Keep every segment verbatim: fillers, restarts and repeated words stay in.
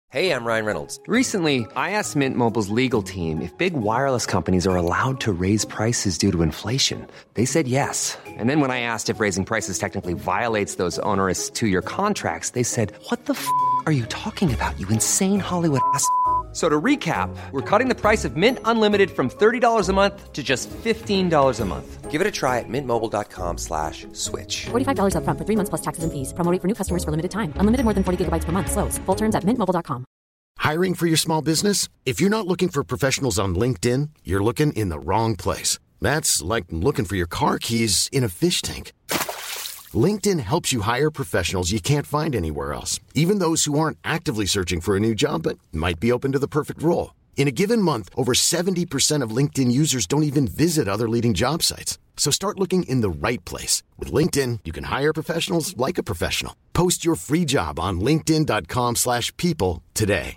Hey, I'm Ryan Reynolds. Recently, I asked Mint Mobile's legal team if big wireless companies are allowed to raise prices due to inflation. They said yes. And then when I asked if raising prices technically violates those onerous two-year contracts, they said, "What the f*** are you talking about, you insane Hollywood ass?" So to recap, we're cutting the price of Mint Unlimited from thirty dollars a month to just fifteen dollars a month. Give it a try at mintmobile.com slash switch. forty-five dollars up front for three months plus taxes and fees. Promo rate for new customers for limited time. Unlimited more than forty gigabytes per month. Slows full terms at mint mobile dot com. Hiring for your small business? If you're not looking for professionals on LinkedIn, you're looking in the wrong place. That's like looking for your car keys in a fish tank. LinkedIn helps you hire professionals you can't find anywhere else, even those who aren't actively searching for a new job but might be open to the perfect role. In a given month, over seventy percent of LinkedIn users don't even visit other leading job sites. So start looking in the right place. With LinkedIn, you can hire professionals like a professional. Post your free job on linkedin.com slash people today.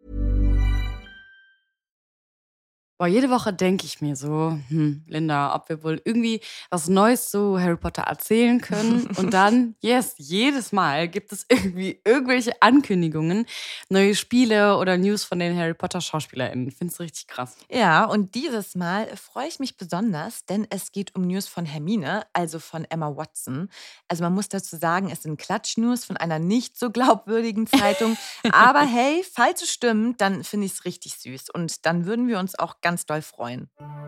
Boah, jede Woche denke ich mir so, hm, Linda, ob wir wohl irgendwie was Neues zu Harry Potter erzählen können. Und dann, yes, jedes Mal gibt es irgendwie irgendwelche Ankündigungen, neue Spiele oder News von den Harry Potter SchauspielerInnen. Findest du richtig krass. Ja, und dieses Mal freue ich mich besonders, denn es geht um News von Hermine, also von Emma Watson. Also man muss dazu sagen, es sind Klatsch-News von einer nicht so glaubwürdigen Zeitung. Aber hey, falls es stimmt, dann finde ich es richtig süß. Und dann würden wir uns auch ganz doll freuen.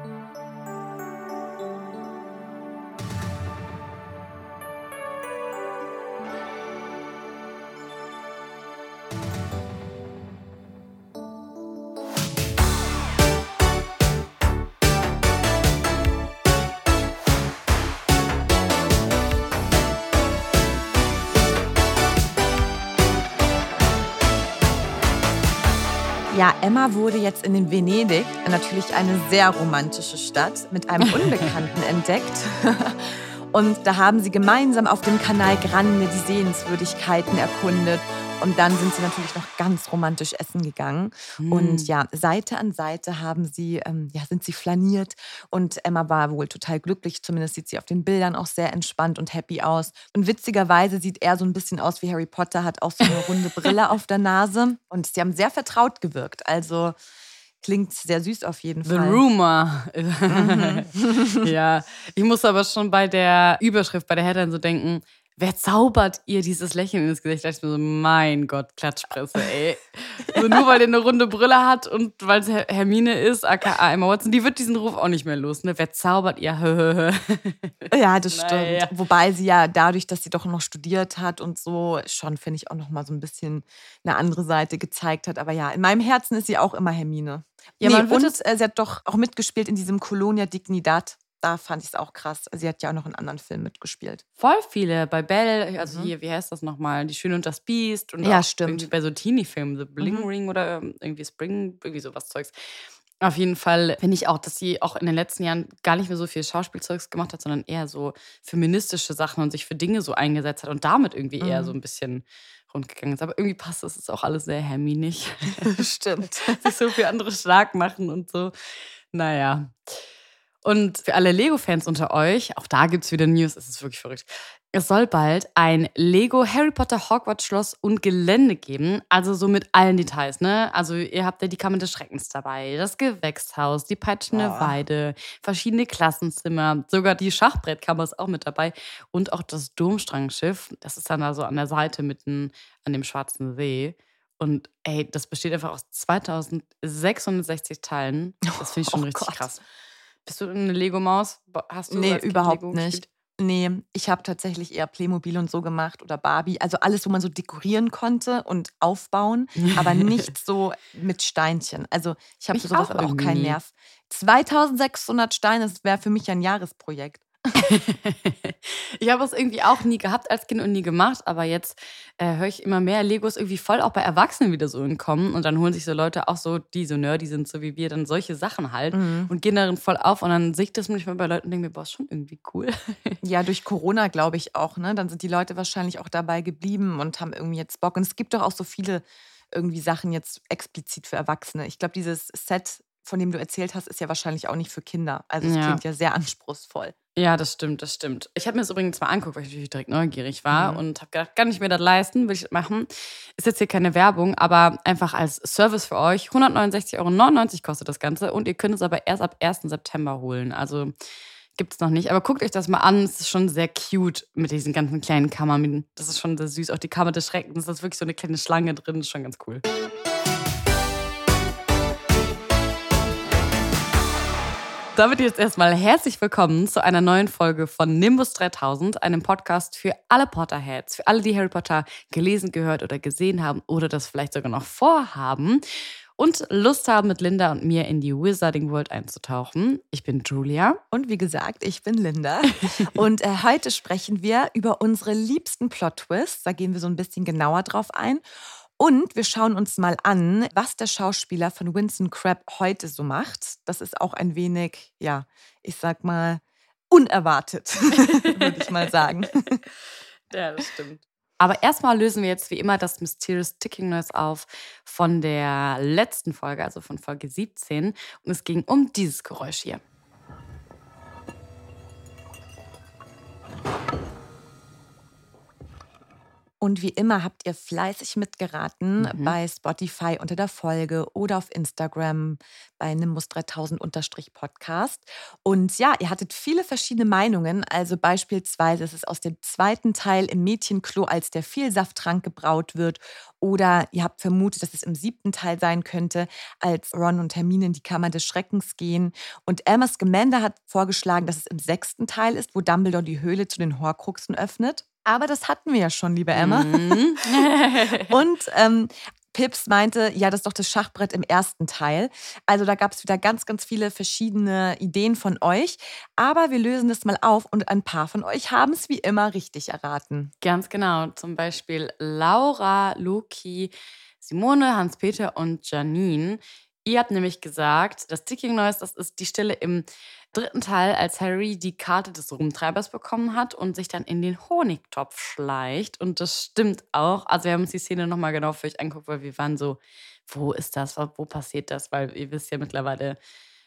Ja, Emma wurde jetzt in den Venedig, natürlich eine sehr romantische Stadt, mit einem Unbekannten entdeckt. Und da haben sie gemeinsam auf dem Canal Grande die Sehenswürdigkeiten erkundet. Und dann sind sie natürlich noch ganz romantisch essen gegangen. Mm. Und ja, Seite an Seite haben sie, ähm, ja, sind sie flaniert. Und Emma war wohl total glücklich. Zumindest sieht sie auf den Bildern auch sehr entspannt und happy aus. Und witzigerweise sieht er so ein bisschen aus wie Harry Potter, hat auch so eine runde Brille auf der Nase. Und sie haben sehr vertraut gewirkt. Also klingt sehr süß auf jeden The Fall. The Rumor. Mhm. Ja, ich muss aber schon bei der Überschrift, bei der Headline so denken, wer zaubert ihr dieses Lächeln ins Gesicht? Da dachte ich mir so, mein Gott, Klatschpresse, ey. So nur weil der eine runde Brille hat und weil es Hermine ist, aka Emma Watson, die wird diesen Ruf auch nicht mehr los. Ne? Wer zaubert ihr? Ja, das stimmt. Naja. Wobei sie ja dadurch, dass sie doch noch studiert hat und so, schon, finde ich, auch noch mal so ein bisschen eine andere Seite gezeigt hat. Aber ja, in meinem Herzen ist sie auch immer Hermine. Ja, nee, man wird und es- äh, sie hat doch auch mitgespielt in diesem Colonia Dignidad. Da fand ich es auch krass. Sie hat ja auch noch in anderen Filmen mitgespielt. Voll viele. Bei Belle, also hier, wie heißt das nochmal? Die Schöne und das Biest. Und Ja, auch stimmt. irgendwie bei so Teenie-Filmen, so Bling Mhm. Ring oder irgendwie Spring, irgendwie sowas Zeugs. Auf jeden Fall finde ich auch, dass sie auch in den letzten Jahren gar nicht mehr so viel Schauspielzeugs gemacht hat, sondern eher so feministische Sachen und sich für Dinge so eingesetzt hat und damit irgendwie eher Mhm. so ein bisschen rundgegangen ist. Aber irgendwie passt das, ist auch alles sehr herminig. Stimmt. Sich so viel andere stark machen und so. Naja. Und für alle Lego-Fans unter euch, auch da gibt es wieder News, es ist wirklich verrückt. Es soll bald ein Lego Harry Potter Hogwarts Schloss und Gelände geben, also so mit allen Details, ne? Also ihr habt ja die Kammer des Schreckens dabei, das Gewächshaus, die peitschende Oh. Weide, verschiedene Klassenzimmer, sogar die Schachbrettkammer ist auch mit dabei und auch das Domstrangschiff, das ist dann da so an der Seite mitten an dem Schwarzen See. Und ey, das besteht einfach aus zweitausendsechshundertsechzig Teilen. Das finde ich schon Oh richtig Gott. krass. Bist du eine Lego-Maus? Hast du Nee, als Kind überhaupt Lego nicht. gespielt? Nee, ich habe tatsächlich eher Playmobil und so gemacht oder Barbie. Also alles, wo man so dekorieren konnte und aufbauen, aber nicht so mit Steinchen. Also ich habe Mich für sowas auch aber auch irgendwie keinen nie. Nerv. zweitausendsechshundert Steine, das wäre für mich ein Jahresprojekt. Ich habe es irgendwie auch nie gehabt als Kind und nie gemacht, aber jetzt äh, höre ich immer mehr Legos irgendwie voll auch bei Erwachsenen wieder so entkommen und dann holen sich so Leute auch so, die so nerdy sind, so wie wir, dann solche Sachen halt Mhm. und gehen darin voll auf und dann sehe ich das manchmal bei Leuten und denke mir, boah, ist schon irgendwie cool. Ja, durch Corona glaube ich auch, ne? Dann sind die Leute wahrscheinlich auch dabei geblieben und haben irgendwie jetzt Bock. Und es gibt doch auch so viele irgendwie Sachen jetzt explizit für Erwachsene. Ich glaube, dieses Set, von dem du erzählt hast, ist ja wahrscheinlich auch nicht für Kinder. Also es Ja. klingt ja sehr anspruchsvoll. Ja, das stimmt, das stimmt. Ich habe mir das übrigens mal angeguckt, weil ich natürlich direkt neugierig war mhm. und habe gedacht, kann ich mir das leisten, will ich das machen. Ist jetzt hier keine Werbung, aber einfach als Service für euch. hundertneunundsechzig Euro neunundneunzig kostet das Ganze und ihr könnt es aber erst ab ersten September holen. Also gibt es noch nicht. Aber guckt euch das mal an. Es ist schon sehr cute mit diesen ganzen kleinen Kammern. Das ist schon sehr süß. Auch die Kammer des Schreckens. Da ist wirklich so eine kleine Schlange drin. Das ist schon ganz cool. Damit jetzt erstmal herzlich willkommen zu einer neuen Folge von Nimbus dreitausend, einem Podcast für alle Potterheads, für alle, die Harry Potter gelesen, gehört oder gesehen haben oder das vielleicht sogar noch vorhaben und Lust haben, mit Linda und mir in die Wizarding World einzutauchen. Ich bin Julia. Und wie gesagt, ich bin Linda. Und äh, heute sprechen wir über unsere liebsten Plot-Twists. Da gehen wir so ein bisschen genauer drauf ein. Und wir schauen uns mal an, was der Schauspieler von Winston Crabbe heute so macht. Das ist auch ein wenig, ja, ich sag mal, unerwartet, würde ich mal sagen. Ja, das stimmt. Aber erstmal lösen wir jetzt wie immer das Mysterious Ticking Noise auf von der letzten Folge, also von Folge siebzehn. Und es ging um dieses Geräusch hier. Und wie immer habt ihr fleißig mitgeraten mhm. bei Spotify unter der Folge oder auf Instagram bei Nimbus dreitausend Podcast. Und ja, ihr hattet viele verschiedene Meinungen. Also beispielsweise ist es aus dem zweiten Teil im Mädchenklo, als der Vielsafttrank gebraut wird. Oder ihr habt vermutet, dass es im siebten Teil sein könnte, als Ron und Hermine in die Kammer des Schreckens gehen. Und Emma Scamander hat vorgeschlagen, dass es im sechsten Teil ist, wo Dumbledore die Höhle zu den Horcruxen öffnet. Aber das hatten wir ja schon, liebe Emma. Mhm. Und ähm, Pips meinte, ja, das ist doch das Schachbrett im ersten Teil. Also da gab es wieder ganz, ganz viele verschiedene Ideen von euch. Aber wir lösen das mal auf und ein paar von euch haben es wie immer richtig erraten. Ganz genau. Zum Beispiel Laura, Loki, Simone, Hans-Peter und Janine. Ihr habt nämlich gesagt, das Ticking Noise, das ist die Stille im dritten Teil, als Harry die Karte des Rumtreibers bekommen hat und sich dann in den Honigtopf schleicht. Und das stimmt auch. Also wir haben uns die Szene nochmal genau für euch angeguckt, weil wir waren so, wo ist das, wo passiert das? Weil ihr wisst ja mittlerweile,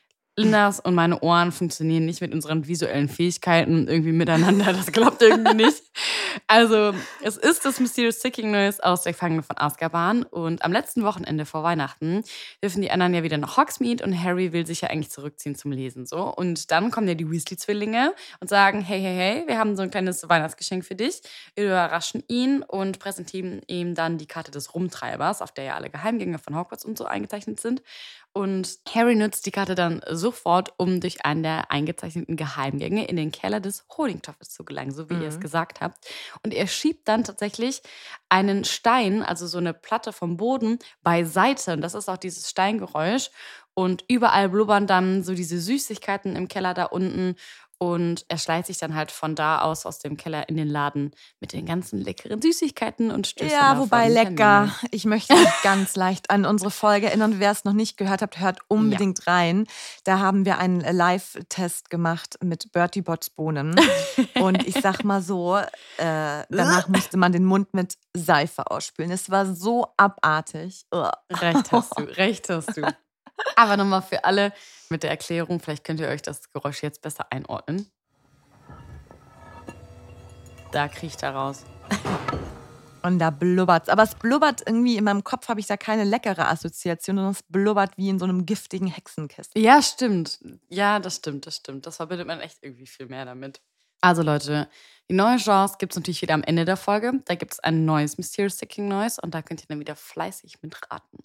Lindas und meine Ohren funktionieren nicht mit unseren visuellen Fähigkeiten irgendwie miteinander. Das klappt irgendwie nicht. Also, es ist das Mysterious Ticking Noise aus der Gefangene von Azkaban. Und am letzten Wochenende vor Weihnachten dürfen die anderen ja wieder nach Hogsmeade und Harry will sich ja eigentlich zurückziehen zum Lesen. So. Und dann kommen ja die Weasley-Zwillinge und sagen, hey, hey, hey, wir haben so ein kleines Weihnachtsgeschenk für dich. Wir überraschen ihn und präsentieren ihm dann die Karte des Rumtreibers, auf der ja alle Geheimgänge von Hogwarts und so eingezeichnet sind. Und Harry nutzt die Karte dann sofort, um durch einen der eingezeichneten Geheimgänge in den Keller des Honigtopfes zu gelangen, so wie mhm. ihr es gesagt habt. Und er schiebt dann tatsächlich einen Stein, also so eine Platte vom Boden, beiseite. Und das ist auch dieses Steingeräusch. Und überall blubbern dann so diese Süßigkeiten im Keller da unten. Und er schleicht sich dann halt von da aus, aus dem Keller in den Laden mit den ganzen leckeren Süßigkeiten und stößt Ja, dann wobei lecker. Ich möchte mich ganz leicht an unsere Folge erinnern. Wer es noch nicht gehört habt, hört unbedingt ja. rein. Da haben wir einen Live-Test gemacht mit Bertie Botts Bohnen. Und ich sag mal so, äh, danach musste man den Mund mit Seife ausspülen. Es war so abartig. Ugh. Recht hast du, recht hast du. Aber nochmal für alle mit der Erklärung, vielleicht könnt ihr euch das Geräusch jetzt besser einordnen. Da kriecht er raus. Und da blubbert's. Aber es blubbert irgendwie, in meinem Kopf habe ich da keine leckere Assoziation, sondern es blubbert wie in so einem giftigen Hexenkissen. Ja, stimmt. Ja, das stimmt, das stimmt. Das verbindet man echt irgendwie viel mehr damit. Also Leute, die neue Chance gibt es natürlich wieder am Ende der Folge. Da gibt es ein neues Mysterious Ticking Noise und da könnt ihr dann wieder fleißig mitraten.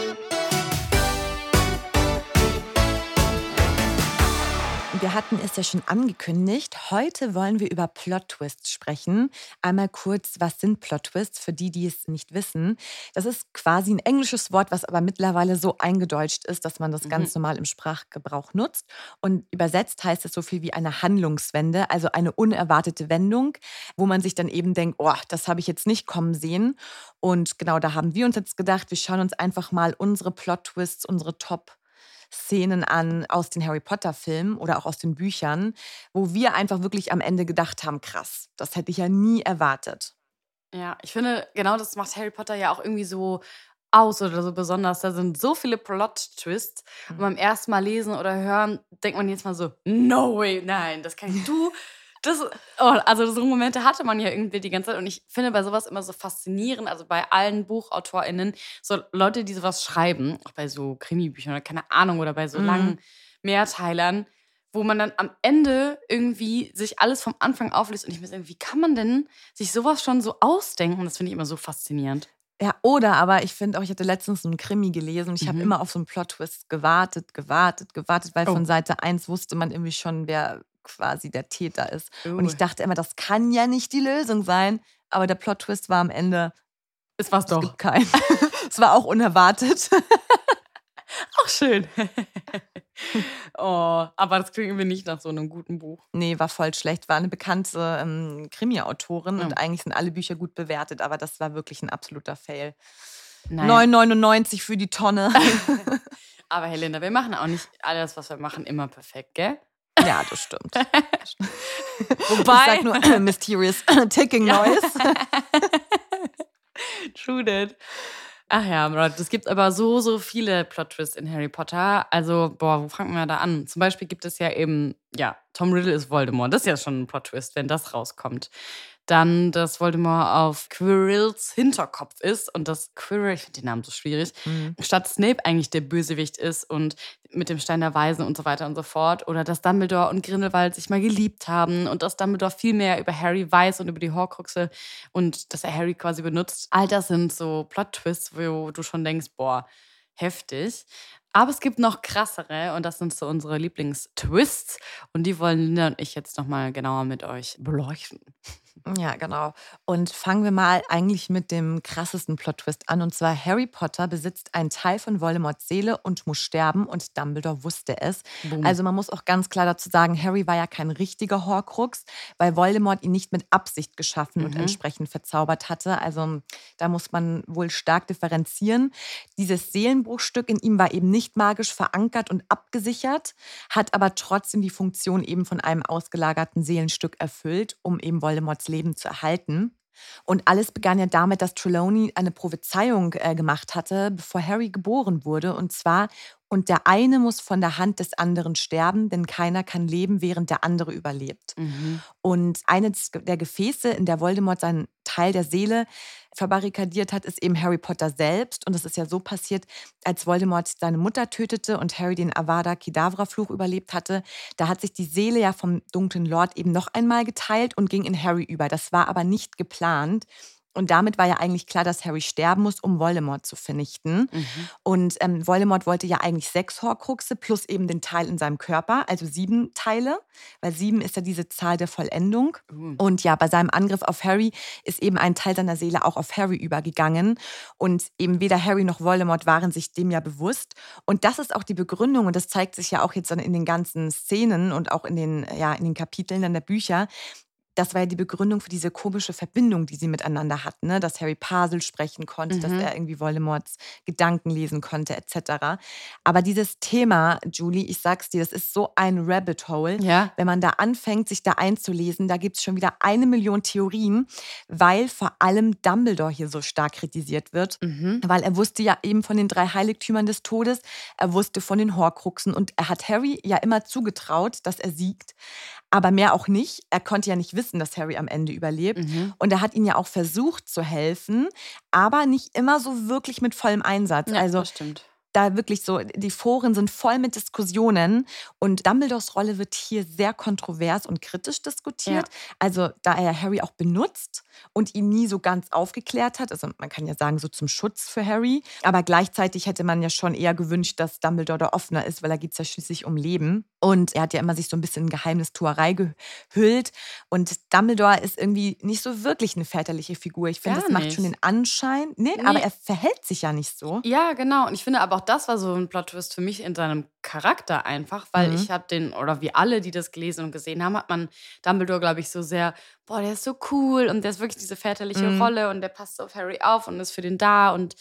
Wir hatten es ja schon angekündigt. Heute wollen wir über Plot-Twists sprechen. Einmal kurz, was sind Plot-Twists für die, die es nicht wissen? Das ist quasi ein englisches Wort, was aber mittlerweile so eingedeutscht ist, dass man das mhm. ganz normal im Sprachgebrauch nutzt. Und übersetzt heißt es so viel wie eine Handlungswende, also eine unerwartete Wendung, wo man sich dann eben denkt, oh, das habe ich jetzt nicht kommen sehen. Und genau da haben wir uns jetzt gedacht, wir schauen uns einfach mal unsere Plot-Twists, unsere Top Szenen an aus den Harry Potter Filmen oder auch aus den Büchern, wo wir einfach wirklich am Ende gedacht haben, krass, das hätte ich ja nie erwartet. Ja, ich finde, genau das macht Harry Potter ja auch irgendwie so aus oder so besonders. Da sind so viele Plot-Twists. Und beim ersten Mal lesen oder hören, denkt man jetzt mal so, no way, nein, das kann ich, du, das, oh, also so Momente hatte man ja irgendwie die ganze Zeit. Und ich finde bei sowas immer so faszinierend, also bei allen BuchautorInnen, so Leute, die sowas schreiben, auch bei so Krimi-Büchern oder keine Ahnung, oder bei so mhm. langen Mehrteilern, wo man dann am Ende irgendwie sich alles vom Anfang aufliest. Und ich mir denke, wie kann man denn sich sowas schon so ausdenken? Das finde ich immer so faszinierend. Ja, oder aber ich finde auch, ich hatte letztens so einen Krimi gelesen und ich mhm. habe immer auf so einen Plot-Twist gewartet, gewartet, gewartet, weil oh. von Seite eins wusste man irgendwie schon, wer quasi der Täter ist. Uh. Und ich dachte immer, das kann ja nicht die Lösung sein. Aber der Plot-Twist war am Ende, es war's doch. Es gibt keinen. Es war auch unerwartet. Auch schön. Oh, aber das klingt irgendwie nicht nach so einem guten Buch. Nee, war voll schlecht. War eine bekannte ähm, Krimi-Autorin ja. und eigentlich sind alle Bücher gut bewertet, aber das war wirklich ein absoluter Fail. Naja. neun neunundneunzig für die Tonne. Aber Helena, wir machen auch nicht alles, was wir machen, immer perfekt, gell? Ja, das stimmt. Wobei... Ich sag nur äh, Mysterious Ticking Noise. True that. Ach ja, es gibt aber so, so viele Plot-Twists in Harry Potter. Also, boah, wo fangen wir da an? Zum Beispiel gibt es ja eben, ja, Tom Riddle ist Voldemort. Das ist ja schon ein Plot-Twist, wenn das rauskommt. Dann, dass Voldemort auf Quirrells Hinterkopf ist und dass Quirrell, ich finde den Namen so schwierig, mhm. statt Snape eigentlich der Bösewicht ist und mit dem Stein der Weisen und so weiter und so fort. Oder dass Dumbledore und Grindelwald sich mal geliebt haben und dass Dumbledore viel mehr über Harry weiß und über die Horcruxe und dass er Harry quasi benutzt. All das sind so Plot-Twists, wo du schon denkst, boah, heftig. Aber es gibt noch krassere und das sind so unsere Lieblingstwists und die wollen Linda und ich jetzt nochmal genauer mit euch beleuchten. Ja, genau. Und fangen wir mal eigentlich mit dem krassesten Plot-Twist an. Und zwar Harry Potter besitzt einen Teil von Voldemorts Seele und muss sterben und Dumbledore wusste es. Boom. Also man muss auch ganz klar dazu sagen, Harry war ja kein richtiger Horcrux, weil Voldemort ihn nicht mit Absicht geschaffen mhm. und entsprechend verzaubert hatte. Also da muss man wohl stark differenzieren. Dieses Seelenbruchstück in ihm war eben nicht magisch verankert und abgesichert, hat aber trotzdem die Funktion eben von einem ausgelagerten Seelenstück erfüllt, um eben Voldemorts Leben zu erhalten. Und alles begann ja damit, dass Trelawney eine Prophezeiung äh, gemacht hatte, bevor Harry geboren wurde. Und zwar, und der eine muss von der Hand des anderen sterben, denn keiner kann leben, während der andere überlebt. Mhm. Und eines der Gefäße, in der Voldemort seinen Teil der Seele verbarrikadiert hat, ist eben Harry Potter selbst. Und das ist ja so passiert, als Voldemort seine Mutter tötete und Harry den Avada Kedavra-Fluch überlebt hatte. Da hat sich die Seele ja vom dunklen Lord eben noch einmal geteilt und ging in Harry über. Das war aber nicht geplant. Und damit war ja eigentlich klar, dass Harry sterben muss, um Voldemort zu vernichten. Mhm. Und ähm, Voldemort wollte ja eigentlich sechs Horcruxe plus eben den Teil in seinem Körper, also sieben Teile, weil sieben ist ja diese Zahl der Vollendung. Mhm. Und ja, bei seinem Angriff auf Harry ist eben ein Teil seiner Seele auch auf Harry übergegangen. Und eben weder Harry noch Voldemort waren sich dem ja bewusst. Und das ist auch die Begründung, und das zeigt sich ja auch jetzt dann in den ganzen Szenen und auch in den, ja, in den Kapiteln dann der Bücher. Das war ja die Begründung für diese komische Verbindung, die sie miteinander hatten, ne? Dass Harry Parsel sprechen konnte, mhm. dass er irgendwie Voldemorts Gedanken lesen konnte, et cetera. Aber dieses Thema, Julie, ich sag's dir, das ist so ein Rabbit Hole. Ja. Wenn man da anfängt, sich da einzulesen, da gibt's schon wieder eine Million Theorien, weil vor allem Dumbledore hier so stark kritisiert wird. Mhm. Weil er wusste ja eben von den drei Heiligtümern des Todes, er wusste von den Horcruxen und er hat Harry ja immer zugetraut, dass er siegt. Aber mehr auch nicht. Er konnte ja nicht wissen, dass Harry am Ende überlebt. Mhm. Und er hat ihn ja auch versucht zu helfen, aber nicht immer so wirklich mit vollem Einsatz. Ja, also das stimmt. Da wirklich so, die Foren sind voll mit Diskussionen und Dumbledores Rolle wird hier sehr kontrovers und kritisch diskutiert. Ja. Also da er Harry auch benutzt und ihn nie so ganz aufgeklärt hat, also man kann ja sagen so zum Schutz für Harry, aber gleichzeitig hätte man ja schon eher gewünscht, dass Dumbledore da offener ist, weil da geht es ja schließlich um Leben. Und er hat ja immer sich so ein bisschen in Geheimnistuerei gehüllt und Dumbledore ist irgendwie nicht so wirklich eine väterliche Figur. Ich finde, das macht nicht. schon den Anschein. Nee, nee, aber er verhält sich ja nicht so. Ja, genau. Und ich finde aber auch das war so ein Plot-Twist für mich in seinem Charakter einfach, weil mhm. ich habe den, oder wie alle, die das gelesen und gesehen haben, hat man Dumbledore, glaube ich, so sehr, boah, der ist so cool und der ist wirklich diese väterliche mhm. Rolle und der passt so auf Harry auf und ist für den da und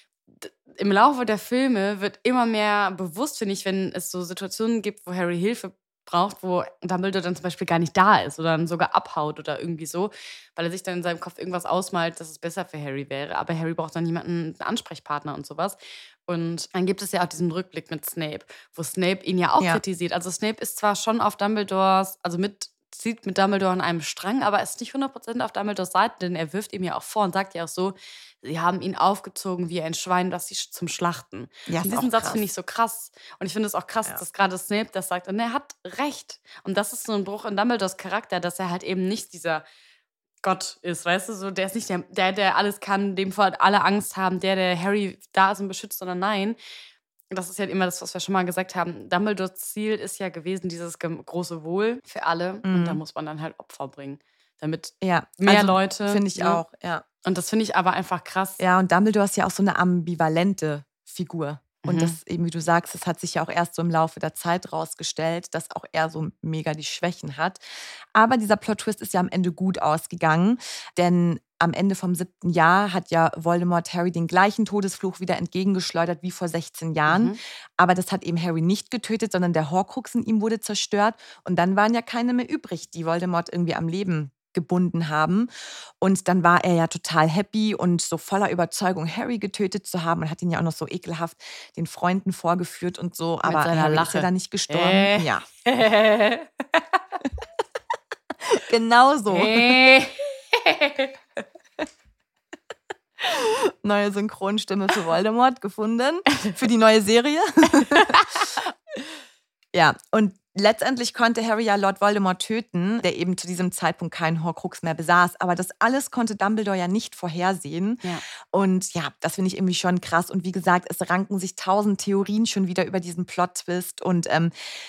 im Laufe der Filme wird immer mehr bewusst, finde ich, wenn es so Situationen gibt, wo Harry Hilfe missbraucht, wo Dumbledore dann zum Beispiel gar nicht da ist oder dann sogar abhaut oder irgendwie so, weil er sich dann in seinem Kopf irgendwas ausmalt, dass es besser für Harry wäre. Aber Harry braucht dann jemanden, einen Ansprechpartner und sowas. Und dann gibt es ja auch diesen Rückblick mit Snape, wo Snape ihn ja auch Ja. kritisiert. Also Snape ist zwar schon auf Dumbledores, also mit zieht mit Dumbledore an einem Strang, aber ist nicht hundert Prozent auf Dumbledores Seite, denn er wirft ihm ja auch vor und sagt ja auch so, sie haben ihn aufgezogen wie ein Schwein, das sie zum Schlachten. Ja, und ist diesen auch Satz krass. finde ich so krass. Und ich finde es auch krass, Ja. dass gerade Snape das sagt. Und er hat recht. Und das ist so ein Bruch in Dumbledores Charakter, dass er halt eben nicht dieser Gott ist, weißt du, so, der ist nicht der, der, der alles kann, dem vor alle Angst haben, der, der Harry da ist und beschützt, sondern nein. Das ist ja immer das, was wir schon mal gesagt haben. Dumbledores Ziel ist ja gewesen, dieses gem- große Wohl für alle. Und Mhm. da muss man dann halt Opfer bringen, damit Ja, mehr also, Leute. Finde ich ne? auch, ja. Und das finde ich aber einfach krass. Ja, und Dumbledore ist ja auch so eine ambivalente Figur. Und Mhm. das eben, wie du sagst, das hat sich ja auch erst so im Laufe der Zeit rausgestellt, dass auch er so mega die Schwächen hat. Aber dieser Plot-Twist ist ja am Ende gut ausgegangen, denn am Ende vom siebten Jahr hat ja Voldemort Harry den gleichen Todesfluch wieder entgegengeschleudert wie vor sechzehn Jahren. Mhm. Aber das hat eben Harry nicht getötet, sondern der Horcrux in ihm wurde zerstört. Und dann waren ja keine mehr übrig, die Voldemort irgendwie am Leben gebunden haben. Und dann war er ja total happy und so voller Überzeugung, Harry getötet zu haben und hat ihn ja auch noch so ekelhaft den Freunden vorgeführt und so. Aber seiner Harry ist Lache. ja dann nicht gestorben. Äh. Ja, genau so. Neue Synchronstimme für Voldemort gefunden. Für die neue Serie. Ja, und letztendlich konnte Harry ja Lord Voldemort töten, der eben zu diesem Zeitpunkt keinen Horcrux mehr besaß. Aber das alles konnte Dumbledore ja nicht vorhersehen. Ja. Und ja, das finde ich irgendwie schon krass. Und wie gesagt, es ranken sich tausend Theorien schon wieder über diesen Plot-Twist. Und ähm,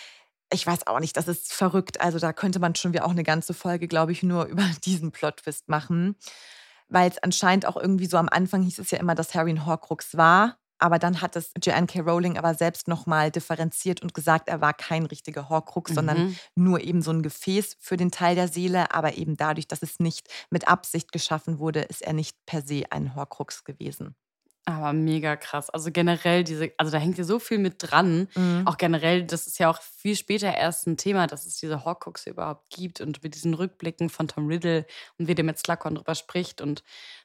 ich weiß auch nicht, das ist verrückt. Also da könnte man schon wieder auch eine ganze Folge, glaube ich, nur über diesen Plot-Twist machen. Weil es anscheinend auch irgendwie so am Anfang hieß es ja immer, dass Harry ein Horcrux war. Aber dann hat es J K Rowling aber selbst nochmal differenziert und gesagt, er war kein richtiger Horcrux, Mhm. sondern nur eben so ein Gefäß für den Teil der Seele. Aber eben dadurch, dass es nicht mit Absicht geschaffen wurde, ist er nicht per se ein Horcrux gewesen. Aber mega krass. Also generell diese, also da hängt ja so viel mit dran. Mhm. Auch generell, das ist ja auch viel später erst ein Thema, dass es diese Horcruxe überhaupt gibt und mit diesen Rückblicken von Tom Riddle und wie der mit Slughorn drüber spricht und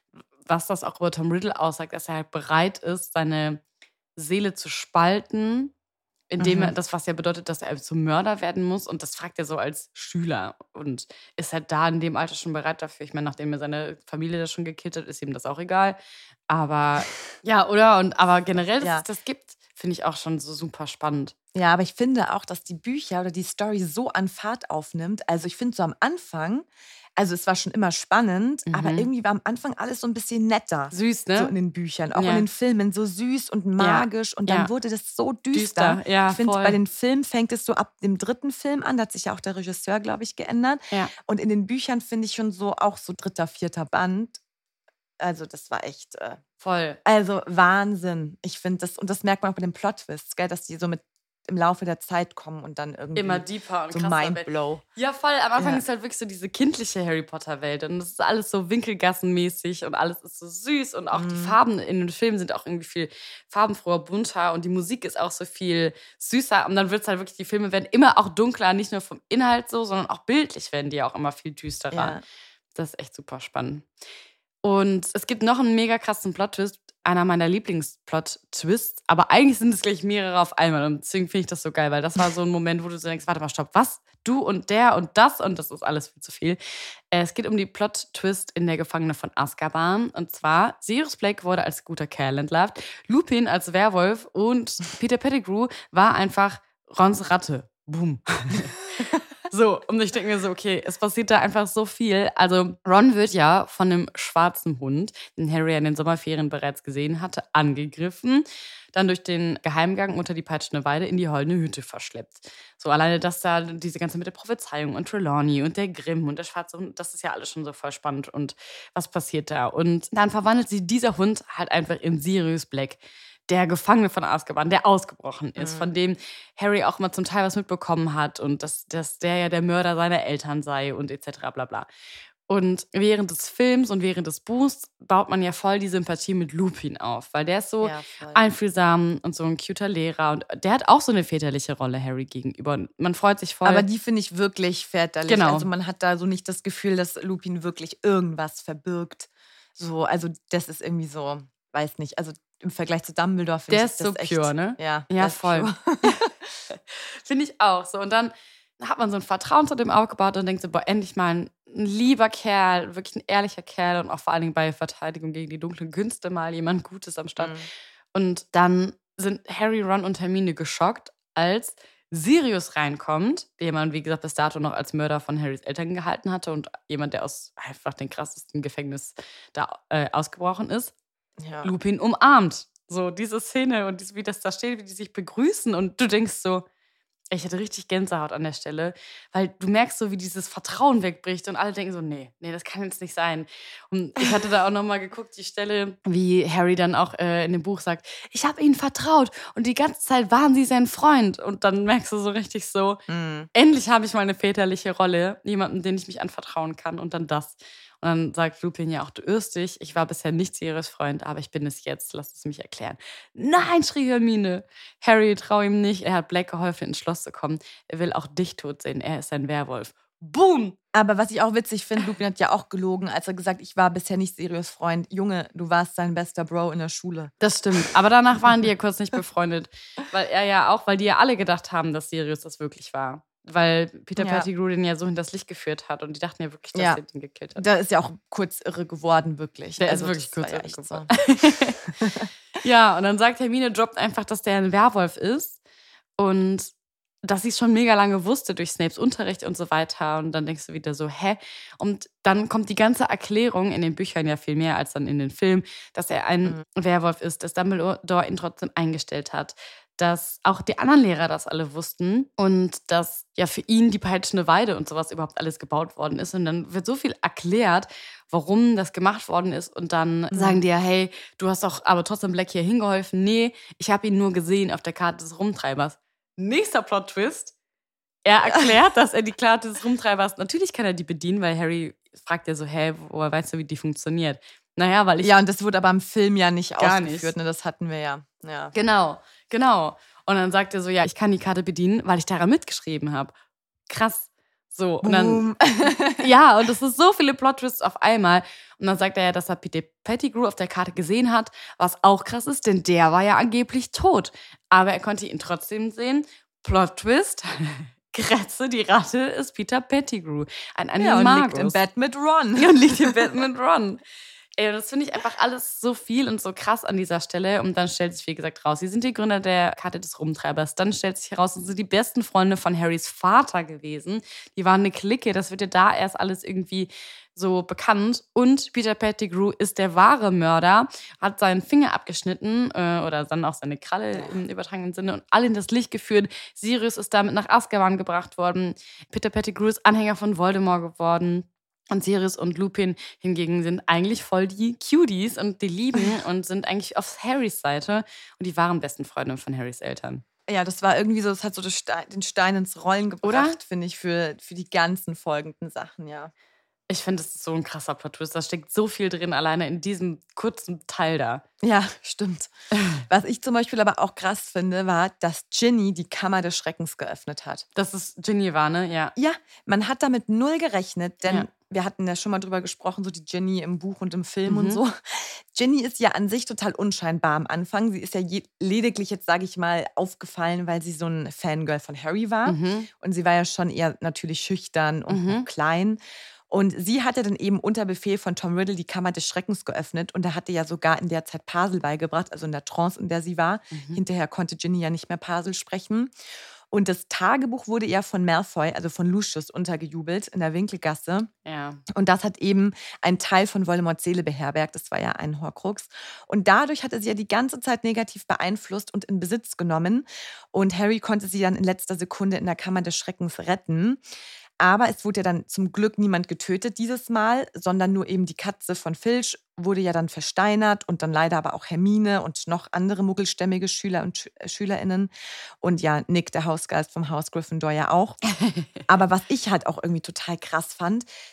was das auch über Tom Riddle aussagt, dass er halt bereit ist, seine Seele zu spalten, indem Mhm. er das, was ja bedeutet, dass er zum Mörder werden muss. Und das fragt er so als Schüler und ist halt da in dem Alter schon bereit dafür. Ich meine, nachdem er seine Familie da schon gekillt hat, ist ihm das auch egal. Aber ja, oder? Und aber generell, dass Ja. es das gibt, finde ich auch schon so super spannend. Ja, aber ich finde auch, dass die Bücher oder die Story so an Fahrt aufnimmt. Also ich finde so am Anfang, also es war schon immer spannend, Mhm. aber irgendwie war am Anfang alles so ein bisschen netter. Süß, ne? So in den Büchern, auch Ja. in den Filmen, so süß und magisch. Und dann ja. wurde das so düster. Düster, ja, ich finde, voll. bei den Filmen fängt es so ab dem dritten Film an. Da hat sich ja auch der Regisseur, glaube ich, geändert. Ja. Und in den Büchern finde ich schon so, auch so dritter, vierter Band. Also das war echt, äh, Voll. also Wahnsinn. Ich finde das, und das merkt man auch bei den Plot-Twists, gell, dass die so mit im Laufe der Zeit kommen und dann irgendwie Immer deeper und so krasser. Mindblow. Ja, voll. Am Anfang Ja. ist halt wirklich so diese kindliche Harry Potter-Welt. Und es ist alles so winkelgassenmäßig und alles ist so süß. Und auch die Mhm. Farben in den Filmen sind auch irgendwie viel farbenfroher, bunter. Und die Musik ist auch so viel süßer. Und dann wird es halt wirklich, die Filme werden immer auch dunkler. Nicht nur vom Inhalt so, sondern auch bildlich werden die auch immer viel düsterer. Ja. Das ist echt super spannend. Und es gibt noch einen mega krassen Plot-Twist. Einer meiner Lieblingsplot-Twists. Aber eigentlich sind es gleich mehrere auf einmal. Und deswegen finde ich das so geil, weil das war so ein Moment, wo du so denkst, warte mal, stopp, was? Du und der und das und das ist alles viel zu viel. Äh, Es geht um die Plot-Twist in der Gefangene von Azkaban. Und zwar, Sirius Black wurde als guter Kerl entlarvt, Lupin als Werwolf und Peter Pettigrew war einfach Rons Ratte. Boom. So, und ich denke mir so, okay, es passiert da einfach so viel. Also Ron wird ja von einem schwarzen Hund, den Harry in den Sommerferien bereits gesehen hatte, angegriffen, dann durch den Geheimgang unter die peitschende Weide in die Hollene Hütte verschleppt. So alleine, dass da diese ganze mit der Prophezeiung und Trelawney und der Grimm und der schwarze Hund, das ist ja alles schon so voll spannend. Und was passiert da? Und dann verwandelt sich dieser Hund halt einfach in Sirius Black, der Gefangene von Azkaban, der ausgebrochen ist, mhm. von dem Harry auch mal zum Teil was mitbekommen hat und dass, dass der ja der Mörder seiner Eltern sei und et cetera bla bla. Und während des Films und während des Buchs baut man ja voll die Sympathie mit Lupin auf, weil der ist so Ja, voll. einfühlsam und so ein cuter Lehrer. Und der hat auch so eine väterliche Rolle Harry gegenüber. Und man freut sich voll. Aber die finde ich wirklich väterlich. Genau. Also man hat da so nicht das Gefühl, dass Lupin wirklich irgendwas verbirgt. So, also das ist irgendwie so, weiß nicht, also im Vergleich zu Dumbledore finde Der ich ist das so echt, pure, ne? Ja, Ja, der ist voll. pure. Finde ich auch so. Und dann hat man so ein Vertrauen zu dem aufgebaut und denkt so, boah, endlich mal ein, ein lieber Kerl, wirklich ein ehrlicher Kerl und auch vor allen Dingen bei Verteidigung gegen die dunklen Künste mal jemand Gutes am Start. Mhm. Und dann sind Harry, Ron und Hermine geschockt, als Sirius reinkommt, den man, wie gesagt, bis dato noch als Mörder von Harrys Eltern gehalten hatte und jemand, der aus einfach dem krassesten Gefängnis da äh, ausgebrochen ist, Ja. Lupin umarmt. So diese Szene und dies- wie das da steht, wie die sich begrüßen und du denkst so, ich hatte richtig Gänsehaut an der Stelle, weil du merkst so, wie dieses Vertrauen wegbricht und alle denken so, nee, nee, das kann jetzt nicht sein. Und ich hatte da auch nochmal geguckt, die Stelle, wie Harry dann auch äh, in dem Buch sagt, ich habe ihnen vertraut und die ganze Zeit waren sie sein Freund. Und dann merkst du so richtig so, Mhm. endlich habe ich mal eine väterliche Rolle, jemanden, den ich mich anvertrauen kann und dann das. Und dann sagt Lupin ja auch, du irrst dich, ich war bisher nicht Sirius Freund, aber ich bin es jetzt, lass es mich erklären. Nein, schrie Hermine. Harry, trau ihm nicht, er hat Black geholfen, ins Schloss zu kommen. Er will auch dich tot sehen, er ist ein Werwolf. Boom! Aber was ich auch witzig finde, Lupin hat ja auch gelogen, als er gesagt, ich war bisher nicht Sirius Freund. Junge, du warst sein bester Bro in der Schule. Das stimmt, aber danach waren die ja kurz nicht befreundet, weil er ja auch, weil die ja alle gedacht haben, dass Sirius das wirklich war. Weil Peter Ja. Pettigrew den ja so hinters Licht geführt hat und die dachten ja wirklich, dass Ja. er den gekillt hat. Da ist ja auch kurz irre geworden, wirklich. Der Also ist wirklich das war kurz ja irre echt geworden. so. Ja, und dann sagt Hermine, droppt einfach, dass der ein Werwolf ist und dass sie es schon mega lange wusste durch Snapes Unterricht und so weiter. Und dann denkst du wieder so, hä? Und dann kommt die ganze Erklärung in den Büchern ja viel mehr als dann in den Filmen, dass er ein Mhm. Werwolf ist, dass Dumbledore ihn trotzdem eingestellt hat, dass auch die anderen Lehrer das alle wussten und dass ja für ihn die peitschende Weide und sowas überhaupt alles gebaut worden ist. Und dann wird so viel erklärt, warum das gemacht worden ist. Und dann Mhm. sagen die ja, hey, du hast doch aber trotzdem Black hier hingeholfen. Nee, ich habe ihn nur gesehen auf der Karte des Rumtreibers. Nächster Plot-Twist. Er erklärt, dass er die Karte des Rumtreibers, natürlich kann er die bedienen, weil Harry fragt ja so, hä, woher weißt du, wie die funktioniert? Naja, weil ich... Ja, und das wurde aber im Film ja nicht Gar ausgeführt, nicht. ne? Das hatten wir ja. ja. Genau, genau. Und dann sagt er so, ja, ich kann die Karte bedienen, weil ich daran mitgeschrieben habe. Krass. So, und dann, Boom. ja, und es ist so viele Plot-Twists auf einmal. Und dann sagt er ja, dass er Peter Pettigrew auf der Karte gesehen hat, was auch krass ist, denn der war ja angeblich tot. Aber er konnte ihn trotzdem sehen. Plot-Twist. Kretze, die Ratte ist Peter Pettigrew. Ein Ja, und Animagus. liegt im Bett mit Ron. Ja, und liegt im Bett mit Ron. Ey, das finde ich einfach alles so viel und so krass an dieser Stelle. Und dann stellt sich, wie gesagt, raus, sie sind die Gründer der Karte des Rumtreibers. Dann stellt sich heraus, sie sind die besten Freunde von Harrys Vater gewesen. Die waren eine Clique. Das wird ja da erst alles irgendwie so bekannt. Und Peter Pettigrew ist der wahre Mörder, hat seinen Finger abgeschnitten äh, oder dann auch seine Kralle im übertragenen Sinne und alle in das Licht geführt. Sirius ist damit nach Azkaban gebracht worden. Peter Pettigrew ist Anhänger von Voldemort geworden. Und Sirius und Lupin hingegen sind eigentlich voll die Cuties und die lieben und sind eigentlich auf Harrys Seite und die waren besten Freunde von Harrys Eltern. Ja, das war irgendwie so, das hat so das Stein, den Stein ins Rollen gebracht, finde ich, für, für die ganzen folgenden Sachen, ja. Ich finde, das ist so ein krasser Plot-Twist. Da steckt so viel drin, alleine in diesem kurzen Teil da. Ja, stimmt. Was ich zum Beispiel aber auch krass finde, war, dass Ginny die Kammer des Schreckens geöffnet hat. Das ist Ginny war, ne? Ja. Ja, man hat damit null gerechnet, denn Ja. wir hatten ja schon mal drüber gesprochen, so die Ginny im Buch und im Film Mhm. und so. Ginny ist ja an sich total unscheinbar am Anfang. Sie ist ja je, lediglich jetzt, sage ich mal, aufgefallen, weil sie so ein Fangirl von Harry war. Mhm. Und sie war ja schon eher natürlich schüchtern und Mhm. noch klein. Und sie hatte dann eben unter Befehl von Tom Riddle die Kammer des Schreckens geöffnet. Und er hatte ja sogar in der Zeit Parsel beigebracht, also in der Trance, in der sie war. Mhm. Hinterher konnte Ginny ja nicht mehr Parsel sprechen. Und das Tagebuch wurde ja von Malfoy, also von Lucius, untergejubelt in der Winkelgasse. Ja. Und das hat eben einen Teil von Voldemorts Seele beherbergt. Das war ja ein Horcrux. Und dadurch hatte sie ja die ganze Zeit negativ beeinflusst und in Besitz genommen. Und Harry konnte sie dann in letzter Sekunde in der Kammer des Schreckens retten. Aber es wurde ja dann zum Glück niemand getötet dieses Mal, sondern nur eben die Katze von Filch wurde ja dann versteinert und dann leider aber auch Hermine und noch andere muggelstämmige Schüler und Sch- SchülerInnen. Und ja, Nick, der Hausgeist vom Haus Gryffindor ja auch. Aber was ich halt auch irgendwie total krass fand,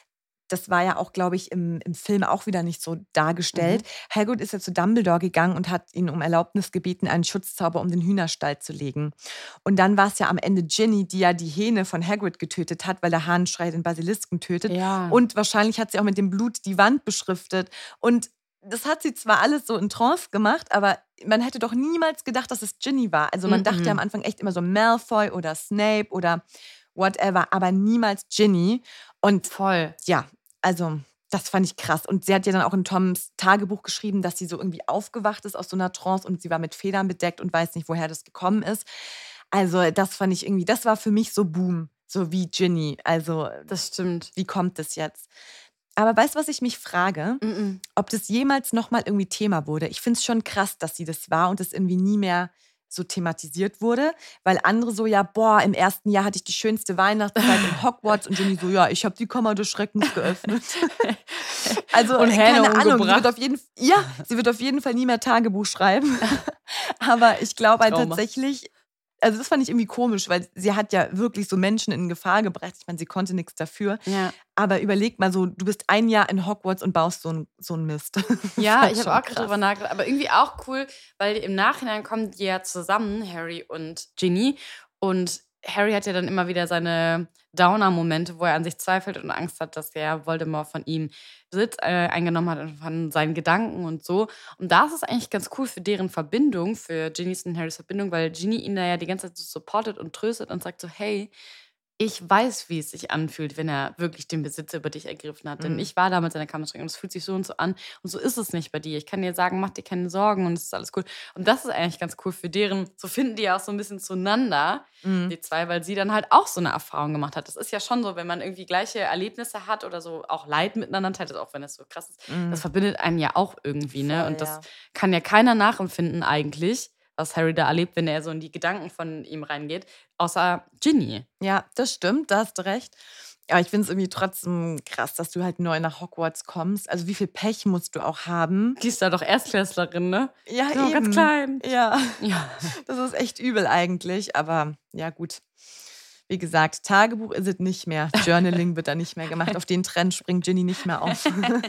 das war ja auch, glaube ich, im, im Film auch wieder nicht so dargestellt. Mhm. Hagrid ist ja zu Dumbledore gegangen und hat ihn um Erlaubnis gebeten, einen Schutzzauber um den Hühnerstall zu legen. Und dann war es ja am Ende Ginny, die ja die Hähne von Hagrid getötet hat, weil der Hahnschrei den Basilisken tötet. Ja. Und wahrscheinlich hat sie auch mit dem Blut die Wand beschriftet. Und das hat sie zwar alles so in Trance gemacht, aber man hätte doch niemals gedacht, dass es Ginny war. Also man mm-mm. dachte ja am Anfang echt immer so Malfoy oder Snape oder whatever, aber niemals Ginny. Und voll. Ja, also das fand ich krass. Und sie hat ja dann auch in Toms Tagebuch geschrieben, dass sie so irgendwie aufgewacht ist aus so einer Trance und sie war mit Federn bedeckt und weiß nicht, woher das gekommen ist. Also das fand ich irgendwie, das war für mich so Boom, so wie Ginny. Also das stimmt. Wie kommt das jetzt? Aber weißt du, was ich mich frage? Mm-mm. Ob das jemals nochmal irgendwie Thema wurde. Ich finde es schon krass, dass sie das war und es irgendwie nie mehr so thematisiert wurde, weil andere so, ja, boah, im ersten Jahr hatte ich die schönste Weihnachtszeit in Hogwarts und Ginny so, ja, ich habe die Kammer des Schreckens geöffnet. Also, und keine Hähne Ahnung, sie umgebracht. wird, auf jeden, ja, sie wird auf jeden Fall nie mehr Tagebuch schreiben. Aber ich glaube halt Trauma. tatsächlich, also das fand ich irgendwie komisch, weil sie hat ja wirklich so Menschen in Gefahr gebracht. Ich meine, sie konnte nichts dafür. Ja. Aber überleg mal so, du bist ein Jahr in Hogwarts und baust so ein, so ein Mist. Ja, ich habe auch gerade drüber nachgedacht. Aber irgendwie auch cool, weil im Nachhinein kommen die ja zusammen, Harry und Ginny. Und Harry hat ja dann immer wieder seine Downer-Momente, wo er an sich zweifelt und Angst hat, dass der Voldemort von ihm Besitz äh, eingenommen hat und von seinen Gedanken und so. Und da ist es eigentlich ganz cool für deren Verbindung, für Ginnys und Harrys Verbindung, weil Ginny ihn da ja die ganze Zeit so supportet und tröstet und sagt so, hey, ich weiß, wie es sich anfühlt, wenn er wirklich den Besitz über dich ergriffen hat. Denn Mhm. ich war da mit seiner Kammerschrecken und es fühlt sich so und so an. Und so ist es nicht bei dir. Ich kann dir sagen, mach dir keine Sorgen und es ist alles cool. Und das ist eigentlich ganz cool für deren, so finden die ja auch so ein bisschen zueinander, Mhm. die zwei, weil sie dann halt auch so eine Erfahrung gemacht hat. Das ist ja schon so, wenn man irgendwie gleiche Erlebnisse hat oder so auch Leid miteinander teilt, auch wenn das so krass ist, Mhm. das verbindet einen ja auch irgendwie, ne? Voll, Und das ja. kann ja keiner nachempfinden eigentlich, was Harry da erlebt, wenn er so in die Gedanken von ihm reingeht, außer Ginny. Ja, das stimmt, da hast du recht. Aber ich finde es irgendwie trotzdem krass, dass du halt neu nach Hogwarts kommst. Also wie viel Pech musst du auch haben? Die ist da doch Erstklässlerin, ne? Ja, Die ist noch ganz klein. Ja, Ja. das ist echt übel eigentlich. Aber ja, gut. Wie gesagt, Tagebuch ist es nicht mehr. Journaling wird da nicht mehr gemacht. Auf den Trend springt Ginny nicht mehr auf.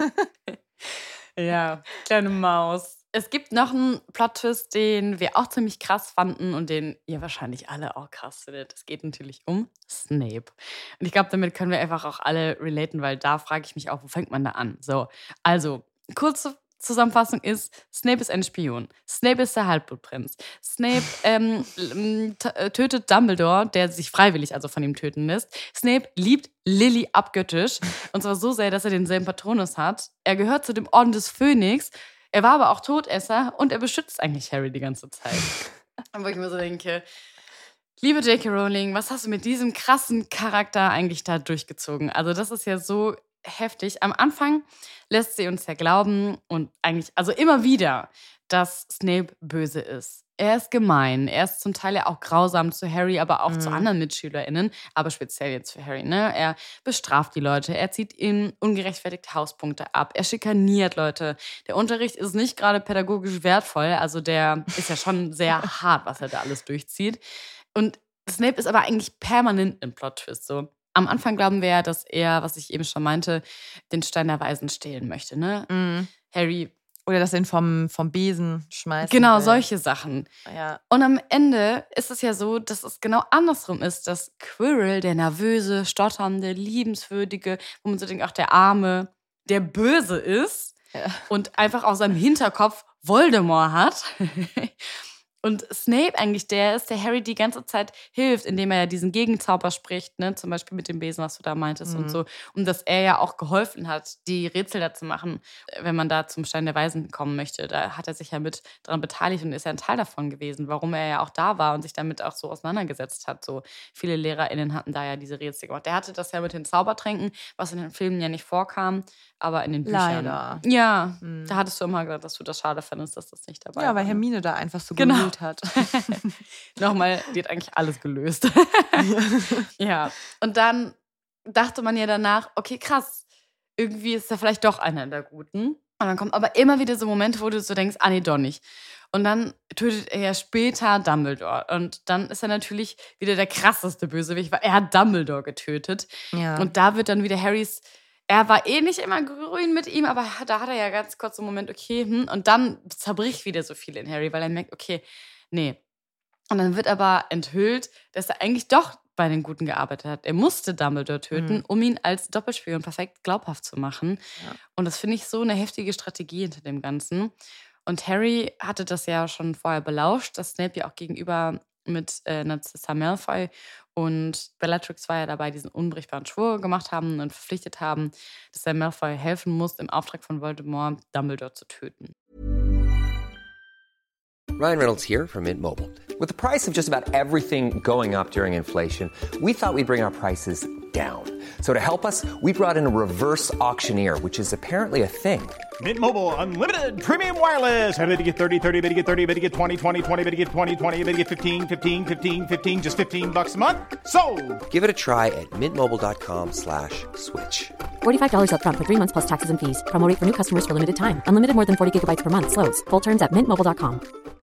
Ja, kleine Maus. Es gibt noch einen Plot-Twist, den wir auch ziemlich krass fanden und den ihr wahrscheinlich alle auch krass findet. Es geht natürlich um Snape. Und ich glaube, damit können wir einfach auch alle relaten, weil da frage ich mich auch, wo fängt man da an? So, also, kurze Zusammenfassung ist, Snape ist ein Spion. Snape ist der Halbblutprinz. Snape ähm, t- tötet Dumbledore, der sich freiwillig also von ihm töten lässt. Snape liebt Lily abgöttisch. Und zwar so sehr, dass er denselben Patronus hat. Er gehört zu dem Orden des Phönix. Er war aber auch Todesser und er beschützt eigentlich Harry die ganze Zeit. Wo ich mir so denke, liebe J K Rowling, was hast du mit diesem krassen Charakter eigentlich da durchgezogen? Also das ist ja so heftig. Am Anfang lässt sie uns ja glauben und eigentlich, also immer wieder, dass Snape böse ist. Er ist gemein, er ist zum Teil ja auch grausam zu Harry, aber auch Mhm. zu anderen MitschülerInnen, aber speziell jetzt für Harry, ne? Er bestraft die Leute, er zieht ihnen ungerechtfertigt Hauspunkte ab, er schikaniert Leute. Der Unterricht ist nicht gerade pädagogisch wertvoll, also der ist ja schon sehr hart, was er da alles durchzieht. Und Snape ist aber eigentlich permanent im Plot-Twist so. Am Anfang glauben wir ja, dass er, was ich eben schon meinte, den Stein der Weisen stehlen möchte, ne? Mhm. Harry, Oder dass er ihn vom, vom Besen schmeißt. genau, solche Sachen. Ja. Und am Ende ist es ja so, dass es genau andersrum ist, dass Quirrell, der nervöse, stotternde, liebenswürdige, wo man so denkt, ach, der Arme, der böse ist Ja. und einfach aus seinem Hinterkopf Voldemort hat. Und Snape eigentlich der ist, der Harry die ganze Zeit hilft, indem er ja diesen Gegenzauber spricht, ne? Zum Beispiel mit dem Besen, was du da meintest Mhm. und so. Und dass er ja auch geholfen hat, die Rätsel da zu machen, wenn man da zum Stein der Weisen kommen möchte. Da hat er sich ja mit daran beteiligt und ist ja ein Teil davon gewesen, warum er ja auch da war und sich damit auch so auseinandergesetzt hat. So viele LehrerInnen hatten da ja diese Rätsel gemacht. Der hatte das ja mit den Zaubertränken, was in den Filmen ja nicht vorkam, aber in den Büchern. Leider. Ja, Mhm. da hattest du immer gesagt, dass du das schade fandest, dass das nicht dabei Ja, war. weil ne? Hermine da einfach so Genau. gemüht hat. Nochmal, die hat eigentlich alles gelöst. Ja, und dann dachte man ja danach, okay, krass, irgendwie ist er vielleicht doch einer der Guten. Und dann kommen aber immer wieder so Momente, wo du so denkst, ah nee, doch nicht. Und dann tötet er ja später Dumbledore. Und dann ist er natürlich wieder der krasseste Bösewicht, weil er hat Dumbledore getötet. Ja. Und da wird dann wieder Harrys er war eh nicht immer grün mit ihm, aber da hat er ja ganz kurz so einen Moment, okay, hm, und dann zerbricht wieder so viel in Harry, weil er merkt, okay, nee. Und dann wird aber enthüllt, dass er eigentlich doch bei den Guten gearbeitet hat. Er musste Dumbledore töten, mhm. um ihn als Doppelspion perfekt glaubhaft zu machen. Ja. Und das finde ich so eine heftige Strategie hinter dem Ganzen. Und Harry hatte das ja schon vorher belauscht, dass Snape ja auch gegenüber mit äh, Narcissa Malfoy und Bellatrix war ja dabei, diesen unbrechbaren Schwur gemacht haben und verpflichtet haben, dass er Malfoy helfen muss, im Auftrag von Voldemort Dumbledore zu töten. Ryan Reynolds here from Mint Mobile. With the price of just about everything going up during inflation, we thought we'd bring our prices down. So to help us, we brought in a reverse auctioneer, which is apparently a thing. Mint Mobile Unlimited Premium Wireless. How to get thirty, thirty, how to get thirty, how to get twenty, twenty, twenty, how to get twenty, twenty, how to get fifteen, fifteen, fifteen, fifteen, just fifteen bucks a month? Sold! Give it a try at mintmobile.com slash switch. forty-five dollars up front for three months plus taxes and fees. Promo rate for new customers for limited time. Unlimited more than forty gigabytes per month. Slows full terms at mint mobile dot com.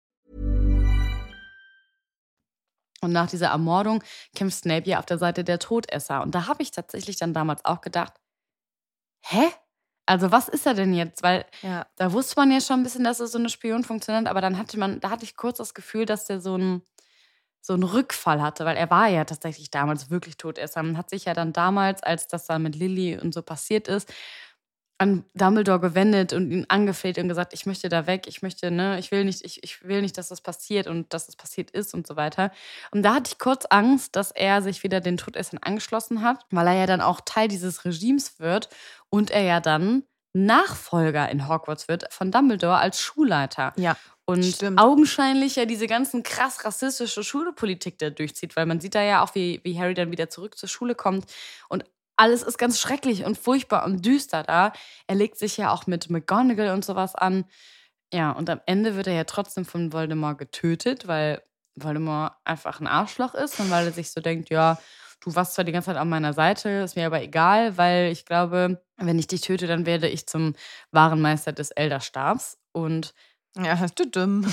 Und nach dieser Ermordung kämpft Snape ja auf der Seite der Todesser. Und da habe ich tatsächlich dann damals auch gedacht, hä? Also was ist er denn jetzt? Weil ja. da wusste man ja schon ein bisschen, dass er so eine Spionfunktion hat, aber dann hatte man, da hatte ich kurz das Gefühl, dass der so einen so einen Rückfall hatte, weil er war ja tatsächlich damals wirklich Todesser. Man hat sich ja dann damals, als das dann mit Lily und so passiert ist, an Dumbledore gewendet und ihn angefleht und gesagt, ich möchte da weg, ich möchte, ne, ich will nicht, ich, ich will nicht, dass das passiert und dass das passiert ist und so weiter. Und da hatte ich kurz Angst, dass er sich wieder den Todessern angeschlossen hat, weil er ja dann auch Teil dieses Regimes wird und er ja dann Nachfolger in Hogwarts wird von Dumbledore als Schulleiter. Ja. Und stimmt. augenscheinlich ja diese ganzen krass rassistische Schulpolitik da durchzieht, weil man sieht da ja auch, wie, wie Harry dann wieder zurück zur Schule kommt und alles ist ganz schrecklich und furchtbar und düster da. Er legt sich ja auch mit McGonagall und sowas an. Ja, und am Ende wird er ja trotzdem von Voldemort getötet, weil Voldemort einfach ein Arschloch ist und weil er sich so denkt, ja, du warst zwar die ganze Zeit an meiner Seite, ist mir aber egal, weil ich glaube, wenn ich dich töte, dann werde ich zum wahren Meister des Elderstabs. Und ja, hast du dumm.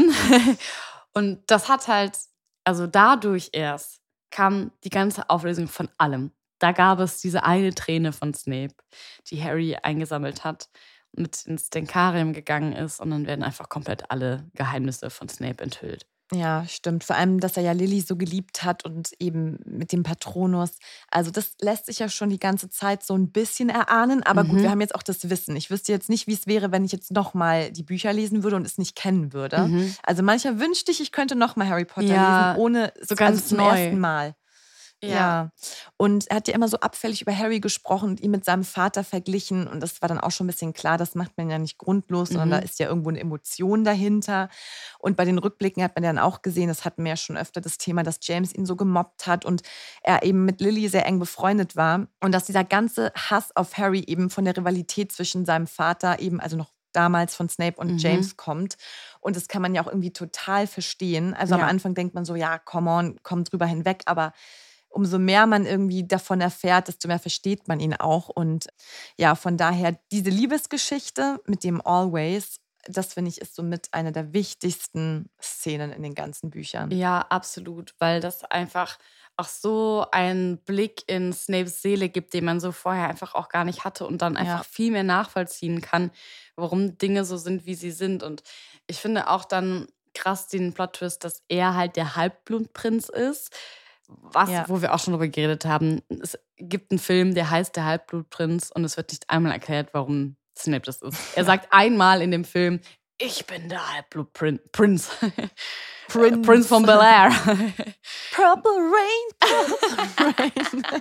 Und das hat halt, also dadurch erst kam die ganze Auflösung von allem. Da gab es diese eine Träne von Snape, die Harry eingesammelt hat, mit ins Denkarium gegangen ist und dann werden einfach komplett alle Geheimnisse von Snape enthüllt. Ja, stimmt. Vor allem, dass er ja Lily so geliebt hat und eben mit dem Patronus. Also das lässt sich ja schon die ganze Zeit so ein bisschen erahnen. Aber mhm. gut, wir haben jetzt auch das Wissen. Ich wüsste jetzt nicht, wie es wäre, wenn ich jetzt nochmal die Bücher lesen würde und es nicht kennen würde. Mhm. Also mancher wünschte ich, ich könnte nochmal Harry Potter ja, lesen, ohne so ganz also zum neu. ersten Mal. Ja. ja. Und er hat ja immer so abfällig über Harry gesprochen und ihn mit seinem Vater verglichen. Und das war dann auch schon ein bisschen klar, das macht man ja nicht grundlos, sondern mhm. da ist ja irgendwo eine Emotion dahinter. Und bei den Rückblicken hat man dann auch gesehen, das hatten wir ja schon öfter das Thema, dass James ihn so gemobbt hat und er eben mit Lily sehr eng befreundet war. Und dass dieser ganze Hass auf Harry eben von der Rivalität zwischen seinem Vater eben, also noch damals von Snape und mhm. James kommt. Und das kann man ja auch irgendwie total verstehen. Also ja. am Anfang denkt man so, ja, come on, komm drüber hinweg, aber umso mehr man irgendwie davon erfährt, desto mehr versteht man ihn auch. Und ja, von daher diese Liebesgeschichte mit dem Always, das finde ich ist somit eine der wichtigsten Szenen in den ganzen Büchern. Ja, absolut, weil das einfach auch so einen Blick in Snapes Seele gibt, den man so vorher einfach auch gar nicht hatte und dann einfach ja. viel mehr nachvollziehen kann, warum Dinge so sind, wie sie sind. Und ich finde auch dann krass den Plot-Twist, dass er halt der Halbblutprinz ist. Was, ja. wo wir auch schon drüber geredet haben. Es gibt einen Film, der heißt Der Halbblutprinz und es wird nicht einmal erklärt, warum Snape das ist. Er sagt einmal in dem Film, ich bin der Halbblutprinz. Prinz. Prinz. Prinz von Bel-Air. Purple Rain, Purple Rain.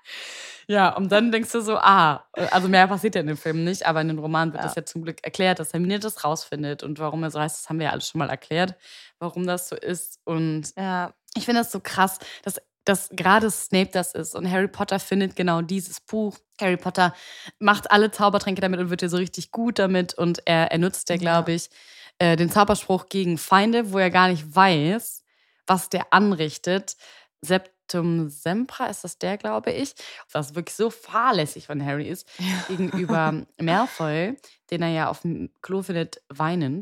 Ja, und dann denkst du so, ah, also mehr passiert ja in dem Film nicht, aber in dem Roman wird ja. das ja zum Glück erklärt, dass Hermine das rausfindet und warum er so heißt, das haben wir ja alles schon mal erklärt, warum das so ist. Und ja. ich finde das so krass, dass, dass gerade Snape das ist und Harry Potter findet genau dieses Buch. Harry Potter macht alle Zaubertränke damit und wird ja so richtig gut damit und er, er nutzt ja, glaube ich, äh, den Zauberspruch gegen Feinde, wo er gar nicht weiß, was der anrichtet. Septum Sempra ist das der, glaube ich, was wirklich so fahrlässig von Harry ist, ja. gegenüber Malfoy, den er ja auf dem Klo findet, weinend.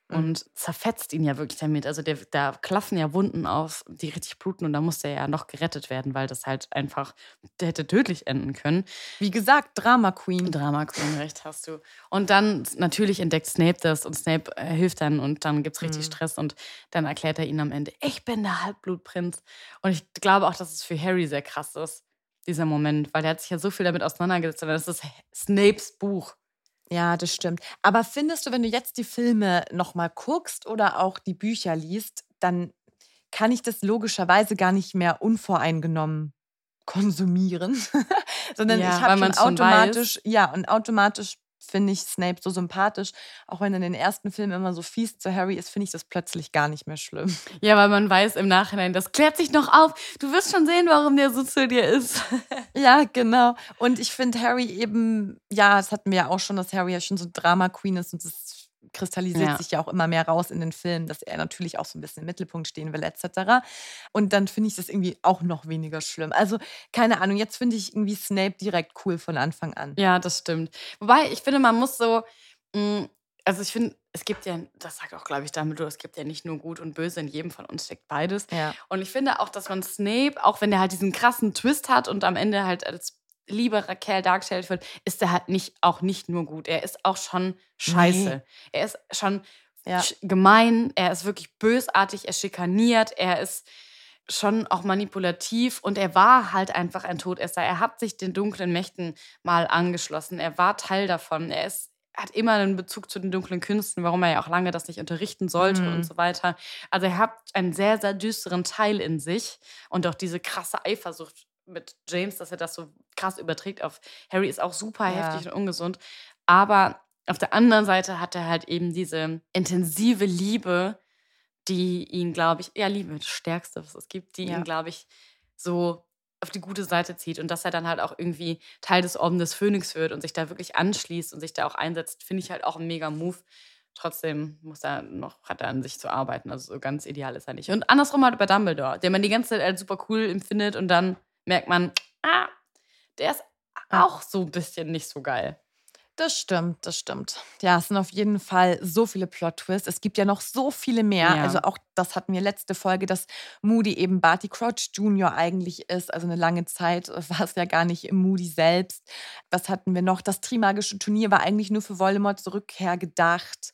und zerfetzt ihn ja wirklich damit. Also der, da klaffen ja Wunden auf, die richtig bluten und da muss der ja noch gerettet werden, weil das halt einfach, der hätte tödlich enden können. Wie gesagt, Drama Queen. Drama Queen, recht hast du. Und dann natürlich entdeckt Snape das und Snape äh, hilft dann und dann gibt es richtig mhm. Stress und dann erklärt er ihnen am Ende, ich bin der Halbblutprinz. Und ich glaube auch, dass es für Harry sehr krass ist, dieser Moment, weil der hat sich ja so viel damit auseinandergesetzt und das ist Snapes Buch. Ja, das stimmt. Aber findest du, wenn du jetzt die Filme nochmal guckst oder auch die Bücher liest, dann kann ich das logischerweise gar nicht mehr unvoreingenommen konsumieren, sondern ja, ich habe schon automatisch, schon ja, und automatisch finde ich Snape so sympathisch. Auch wenn in den ersten Filmen immer so fies zu Harry ist, finde ich das plötzlich gar nicht mehr schlimm. Ja, weil man weiß im Nachhinein, das klärt sich noch auf. Du wirst schon sehen, warum der so zu dir ist. Ja, genau. Und ich finde Harry eben, ja, das hatten wir ja auch schon, dass Harry ja schon so Drama Queen ist und das kristallisiert ja. sich ja auch immer mehr raus in den Filmen, dass er natürlich auch so ein bisschen im Mittelpunkt stehen will et cetera. Und dann finde ich das irgendwie auch noch weniger schlimm. Also, keine Ahnung, jetzt finde ich irgendwie Snape direkt cool von Anfang an. Ja, das stimmt. Wobei, ich finde, man muss so, mh, also ich finde, es gibt ja, das sagt auch, glaube ich, Dumbledore, es gibt ja nicht nur Gut und Böse, in jedem von uns steckt beides. Ja. Und ich finde auch, dass man Snape, auch wenn der halt diesen krassen Twist hat und am Ende halt als lieberer Kerl dargestellt wird, ist er halt nicht, auch nicht nur gut. Er ist auch schon scheiße. Nee. Er ist schon ja. gemein, er ist wirklich bösartig, er schikaniert, er ist schon auch manipulativ und er war halt einfach ein Todesser. Er hat sich den dunklen Mächten mal angeschlossen. Er war Teil davon. Er ist, hat immer einen Bezug zu den dunklen Künsten, warum er ja auch lange das nicht unterrichten sollte mhm. und so weiter. Also er hat einen sehr, sehr düsteren Teil in sich und auch diese krasse Eifersucht mit James, dass er das so krass überträgt auf Harry, ist auch super ja. heftig und ungesund. Aber auf der anderen Seite hat er halt eben diese intensive Liebe, die ihn, glaube ich, ja, Liebe, das Stärkste, was es gibt, die ja. ihn, glaube ich, so auf die gute Seite zieht. Und dass er dann halt auch irgendwie Teil des Orden des Phönix wird und sich da wirklich anschließt und sich da auch einsetzt, finde ich halt auch ein mega Move. Trotzdem muss er noch, hat er an sich zu arbeiten. Also so ganz ideal ist er nicht. Und andersrum halt bei Dumbledore, den man die ganze Zeit als super cool empfindet und dann merkt man, ah, der ist auch so ein bisschen nicht so geil. Das stimmt, das stimmt. Ja, es sind auf jeden Fall so viele Plot-Twists. Es gibt ja noch so viele mehr. Ja. Also auch, das hatten wir letzte Folge, dass Moody eben Barty Crouch Junior eigentlich ist. Also eine lange Zeit war es ja gar nicht Moody selbst. Was hatten wir noch? Das Trimagische Turnier war eigentlich nur für Voldemorts Rückkehr gedacht.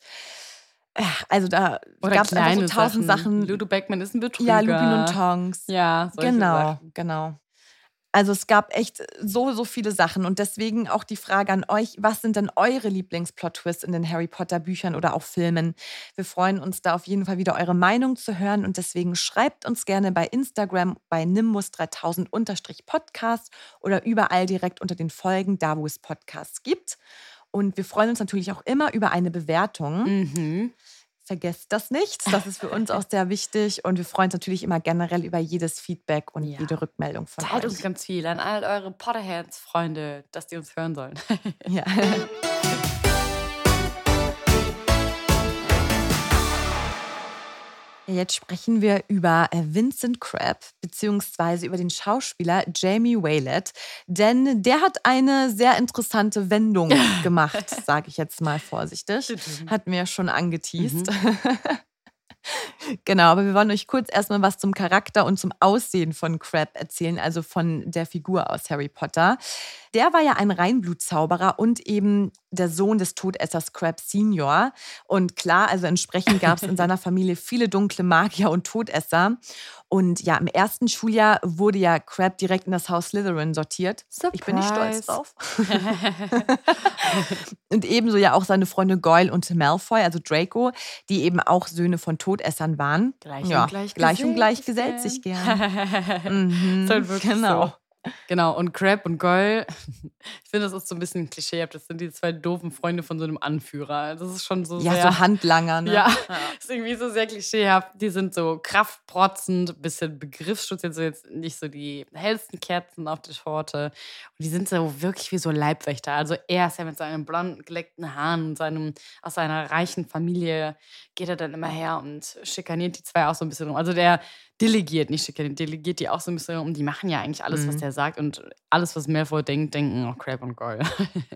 Also da gab es einfach so tausend Sachen. Sachen. Ludo Beckmann ist ein Betrüger. Ja, Lupin und Tonks. Ja, solche genau, Sachen. genau. Also es gab echt so, so viele Sachen. Und deswegen auch die Frage an euch, was sind denn eure Lieblings-Plot-Twists in den Harry Potter-Büchern oder auch Filmen? Wir freuen uns da auf jeden Fall wieder eure Meinung zu hören. Und deswegen schreibt uns gerne bei Instagram bei nimbus dreitausend Podcast oder überall direkt unter den Folgen, da wo es Podcasts gibt. Und wir freuen uns natürlich auch immer über eine Bewertung. Mhm. Vergesst das nicht, das ist für uns auch sehr wichtig und wir freuen uns natürlich immer generell über jedes Feedback und ja. jede Rückmeldung von Teilt euch. uns ganz viel an all eure Potterheads-Freunde, dass die uns hören sollen. Ja. Jetzt sprechen wir über Vincent Crabbe beziehungsweise über den Schauspieler Jamie Waylett, denn der hat eine sehr interessante Wendung gemacht, sage ich jetzt mal vorsichtig. Hat mir schon angeteast. Mhm. Genau, aber wir wollen euch kurz erstmal was zum Charakter und zum Aussehen von Crabbe erzählen, also von der Figur aus Harry Potter. Der war ja ein Reinblutzauberer und eben der Sohn des Todessers Crabbe Senior. Und klar, also entsprechend gab es in seiner Familie viele dunkle Magier und Todesser. Und ja, im ersten Schuljahr wurde ja Crabbe direkt in das Haus Slytherin sortiert. Surprise. Ich bin nicht stolz drauf. Und ebenso ja auch seine Freunde Goyle und Malfoy, also Draco, die eben auch Söhne von Todessern waren. Gleich ja, und gleich, gleich und gleich gesellt sich gern. Mhm, halt wirklich genau. So. Genau, und Crabbe und Goyle, ich finde, das ist so ein bisschen klischeehaft. Das sind die zwei doofen Freunde von so einem Anführer. Das ist schon so ja, sehr... Ja, so Handlanger, ne? Ja, ja, ist irgendwie so sehr klischeehaft. Die sind so kraftprotzend, bisschen Begriffsschutz, jetzt, so jetzt nicht so die hellsten Kerzen auf der Torte. Und die sind so wirklich wie so Leibwächter. Also er ist ja mit seinen blonden, geleckten Haaren und seinem, aus seiner reichen Familie geht er dann immer her und schikaniert die zwei auch so ein bisschen rum. Also der delegiert, nicht schikaniert, delegiert die auch so ein bisschen rum. Die machen ja eigentlich alles, mhm. was der sagt. Und alles, was Malfoy denkt, denken auch Crabbe und Goyle.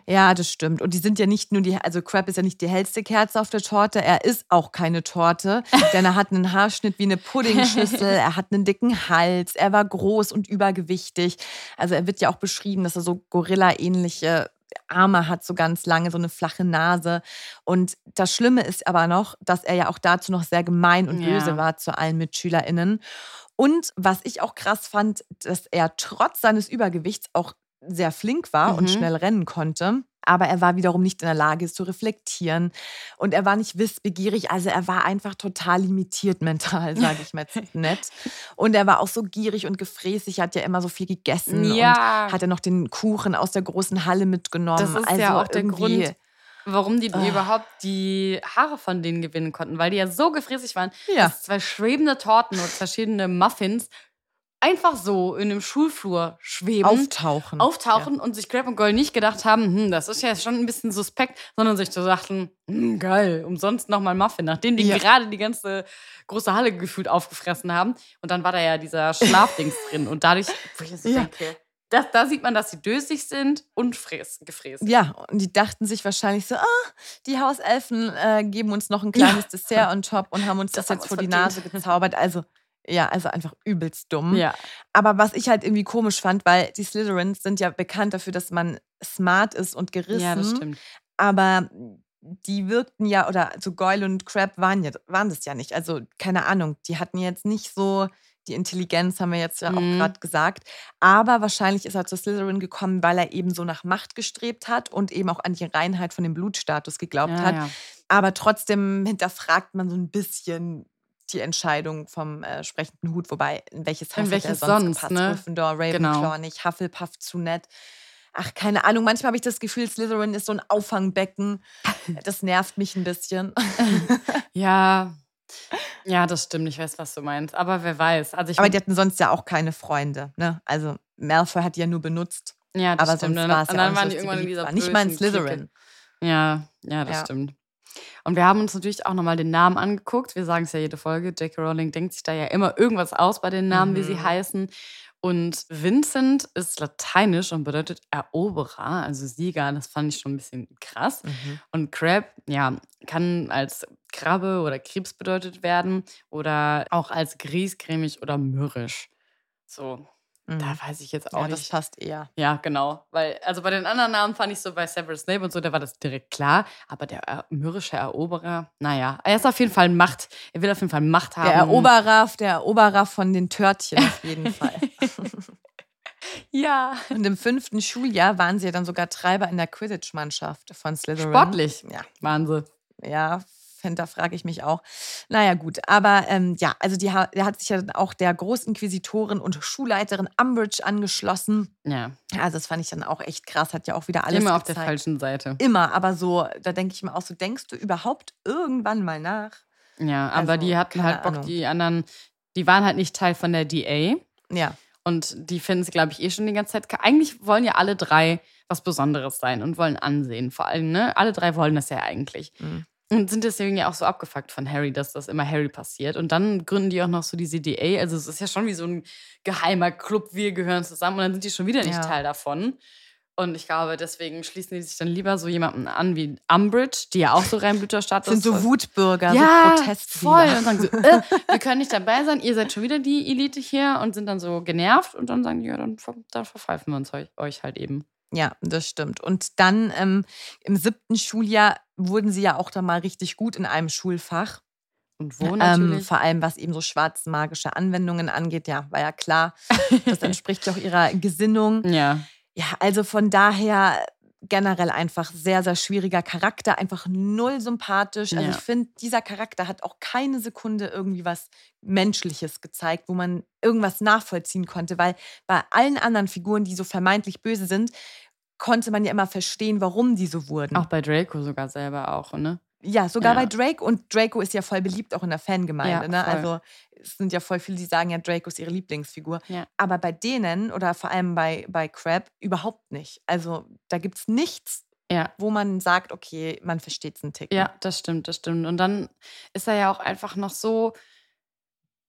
Ja, das stimmt. Und die sind ja nicht nur die, also Crab ist ja nicht die hellste Kerze auf der Torte, er ist auch keine Torte, denn er hat einen Haarschnitt wie eine Puddingschüssel, er hat einen dicken Hals, er war groß und übergewichtig. Also er wird ja auch beschrieben, dass er so Gorilla-ähnliche Arme hat, so ganz lange, so eine flache Nase. Und das Schlimme ist aber noch, dass er ja auch dazu noch sehr gemein und Ja. böse war zu allen MitschülerInnen. Und was ich auch krass fand, dass er trotz seines Übergewichts auch sehr flink war Mhm. und schnell rennen konnte. Aber er war wiederum nicht in der Lage, es zu reflektieren. Und er war nicht wissbegierig. Also er war einfach total limitiert mental, sage ich mal jetzt nett. Und er war auch so gierig und gefräßig. Er hat ja immer so viel gegessen. Ja. Und hat ja noch den Kuchen aus der großen Halle mitgenommen. Das ist also ja auch der irgendwie- Grund, warum die Oh. überhaupt die Haare von denen gewinnen konnten, weil die ja so gefräßig waren, Ja. dass zwei schwebende Torten oder verschiedene Muffins einfach so in dem Schulflur schweben, auftauchen. auftauchen und sich Crab und Goyle nicht gedacht haben, hm, das ist ja schon ein bisschen suspekt, sondern sich so dachten, hm, geil, umsonst nochmal Muffin, nachdem die Ja. gerade die ganze große Halle gefühlt aufgefressen haben. Und dann war da ja dieser Schlafdings drin und dadurch, wo ich so Ja. denke, das, da sieht man, dass sie dösig sind und fräs, gefräst. Ja, und die dachten sich wahrscheinlich so, ah, die Hauselfen äh, geben uns noch ein kleines Dessert on top und haben uns das, Das haben jetzt wir vor die verdient. Nase gezaubert. Also, ja, also einfach übelst dumm. Ja. Aber was ich halt irgendwie komisch fand, weil die Slytherins sind ja bekannt dafür, dass man smart ist und gerissen. Ja, das stimmt. Aber die wirkten ja, oder so Goyle und Crab waren, ja, waren das ja nicht. Also, keine Ahnung, die hatten jetzt nicht so die Intelligenz, haben wir jetzt ja auch Mhm. gerade gesagt. Aber wahrscheinlich ist er zu Slytherin gekommen, weil er eben so nach Macht gestrebt hat und eben auch an die Reinheit von dem Blutstatus geglaubt Ja, hat. ja. Aber trotzdem hinterfragt man so ein bisschen die Entscheidung vom äh, sprechenden Hut, wobei in welches Haus In hat welches er sonst, sonst, gepasst? ne? Gryffindor, Ravenclaw Genau. nicht, Hufflepuff zu nett. Ach, keine Ahnung, manchmal habe ich das Gefühl, Slytherin ist so ein Auffangbecken. Das nervt mich ein bisschen. Ja. Ja, das stimmt. Ich weiß, was du meinst. Aber wer weiß. Also ich Aber die hatten sonst ja auch keine Freunde. Ne? Also Malfoy hat die ja nur benutzt. ja, das aber stimmt. sonst Und war es dann- ja und dann auch waren nicht die so, dass irgendwann sie in dieser beliebt waren. Nicht mal in bösen Slytherin. Clique. Ja, ja, das Ja. stimmt. Und wir haben uns natürlich auch nochmal den Namen angeguckt. Wir sagen es ja jede Folge. J K. Rowling denkt sich da ja immer irgendwas aus bei den Namen, wie sie Mhm. heißen. Und Vincent ist lateinisch und bedeutet Eroberer, also Sieger. Das fand ich schon ein bisschen krass. Mhm. Und Crab, ja, kann als Krabbe oder Krebs bedeutet werden oder auch als griesgrämig oder mürrisch. So, Mhm. da weiß ich jetzt auch Ja, nicht. das passt eher. Ja, genau. Weil, also bei den anderen Namen fand ich so, bei Severus Snape und so, da war das direkt klar. Aber der äh, mürrische Eroberer, naja, er ist auf jeden Fall Macht. Er will auf jeden Fall Macht haben. Der Eroberer, der Eroberer von den Törtchen auf jeden Fall. Ja. Und im fünften Schuljahr waren sie ja dann sogar Treiber in der Quidditch-Mannschaft von Slytherin. Sportlich. Ja, Wahnsinn. ja, da frage ich mich auch. Naja, gut. Aber ähm, ja, also die, ha- der hat sich ja dann auch der Großinquisitorin und Schulleiterin Umbridge angeschlossen. Ja. Also das fand ich dann auch echt krass. Hat ja auch wieder alles Immer auf gezeigt. der falschen Seite. Immer, aber so, da denke ich mir auch so, denkst du überhaupt irgendwann mal nach? Ja, aber Also, die hatten keine halt Bock, Ahnung. die anderen, die waren halt nicht Teil von der D A. Ja, Und die finden es, glaube ich, eh schon die ganze Zeit. Eigentlich wollen ja alle drei was Besonderes sein und wollen ansehen. Vor allem, ne? Alle drei wollen das ja eigentlich. Mhm. Und sind deswegen ja auch so abgefuckt von Harry, dass das immer Harry passiert. Und dann gründen die auch noch so diese D A. Also es ist ja schon wie so ein geheimer Club, wir gehören zusammen. Und dann sind die schon wieder nicht Ja. Teil davon. Und ich glaube, deswegen schließen die sich dann lieber so jemanden an wie Umbridge, die ja auch so Reinblüterstatus sind so Wutbürger, ja, so Protestwähler. voll. Und sagen so, äh, wir können nicht dabei sein, ihr seid schon wieder die Elite hier und sind dann so genervt. Und dann sagen die, ja, dann, ver- dann verpfeifen wir uns euch, euch halt eben. Ja, das stimmt. Und dann ähm, im siebten Schuljahr wurden sie ja auch dann mal richtig gut in einem Schulfach. Und wo Ähm, natürlich. vor allem, was eben so schwarzmagische Anwendungen angeht. Ja, war ja klar. Das entspricht ja auch ihrer Gesinnung. ja. Ja, also von daher generell einfach sehr, sehr schwieriger Charakter. Einfach null sympathisch. Also Ja. ich finde, dieser Charakter hat auch keine Sekunde irgendwie was Menschliches gezeigt, wo man irgendwas nachvollziehen konnte. Weil bei allen anderen Figuren, die so vermeintlich böse sind, konnte man ja immer verstehen, warum die so wurden. Auch bei Draco sogar selber auch, ne? Ja, sogar Ja. bei Draco. Und Draco ist ja voll beliebt auch in der Fangemeinde. Ja, ne? voll. Also es sind ja voll viele, die sagen ja, Draco ist ihre Lieblingsfigur. Ja. Aber bei denen oder vor allem bei, bei Crab überhaupt nicht. Also da gibt es nichts, Ja. wo man sagt, okay, man versteht es einen Ticken. Ja, das stimmt, das stimmt. Und dann ist er ja auch einfach noch so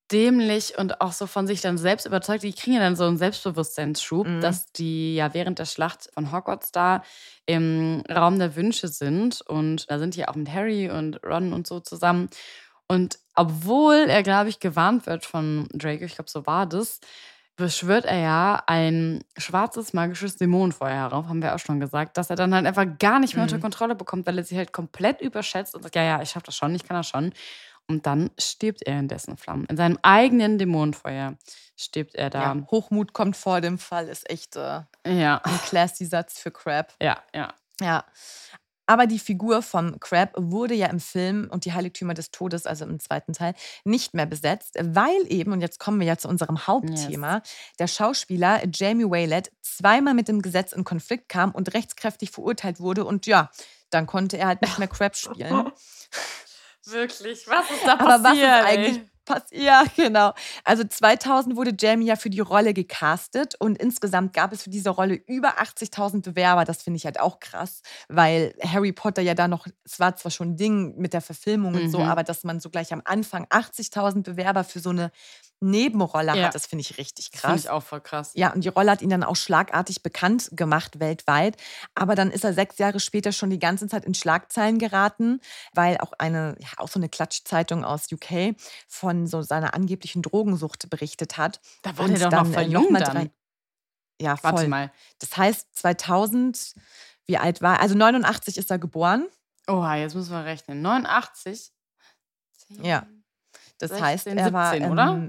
dämlich und auch so von sich dann selbst überzeugt. Die kriegen ja dann so einen Selbstbewusstseinsschub, mhm. dass die ja während der Schlacht von Hogwarts da im Raum der Wünsche sind. Und da sind die auch mit Harry und Ron und so zusammen. Und obwohl er, glaube ich, gewarnt wird von Draco, ich glaube, so war das, beschwört er ja ein schwarzes magisches Dämonenfeuer herauf, haben wir auch schon gesagt, dass er dann halt einfach gar nicht mehr mhm. unter Kontrolle bekommt, weil er sich halt komplett überschätzt und sagt, ja, ja, ich schaff das schon, ich kann das schon. Und dann stirbt er in dessen Flammen. In seinem eigenen Dämonenfeuer stirbt er da. Ja, Hochmut kommt vor dem Fall, ist echt äh, ja. ein classy Satz für Crabbe. Ja, ja. Ja. Aber die Figur vom Crabbe wurde ja im Film und die Heiligtümer des Todes, also im zweiten Teil, nicht mehr besetzt, weil eben, und jetzt kommen wir ja zu unserem Hauptthema, yes. der Schauspieler Jamie Waylett zweimal mit dem Gesetz in Konflikt kam und rechtskräftig verurteilt wurde. Und ja, dann konnte er halt nicht mehr Crabbe spielen. Wirklich, was ist da Aber passiert? was ist eigentlich passiert? Ja, genau. Also zweitausend wurde Jamie ja für die Rolle gecastet und insgesamt gab es für diese Rolle über achtzigtausend Bewerber. Das finde ich halt auch krass, weil Harry Potter ja da noch, es war zwar schon ein Ding mit der Verfilmung mhm. und so, aber dass man so gleich am Anfang achtzigtausend Bewerber für so eine Nebenrolle ja. hat, das finde ich richtig krass. Finde ich auch voll krass. Ja, und die Rolle hat ihn dann auch schlagartig bekannt gemacht weltweit. Aber dann ist er sechs Jahre später schon die ganze Zeit in Schlagzeilen geraten, weil auch eine, ja, auch so eine Klatschzeitung aus U K von so seiner angeblichen Drogensucht berichtet hat. Da war der doch noch voll jung dann. Drei, ja, voll. Warte mal. Das heißt, zweitausend, wie alt war er? Also neunundachtzig ist er geboren. Oha, jetzt müssen wir rechnen. neunundachtzig? zehn, ja. Das sechzehn, heißt, er war, siebzehn, ähm, oder?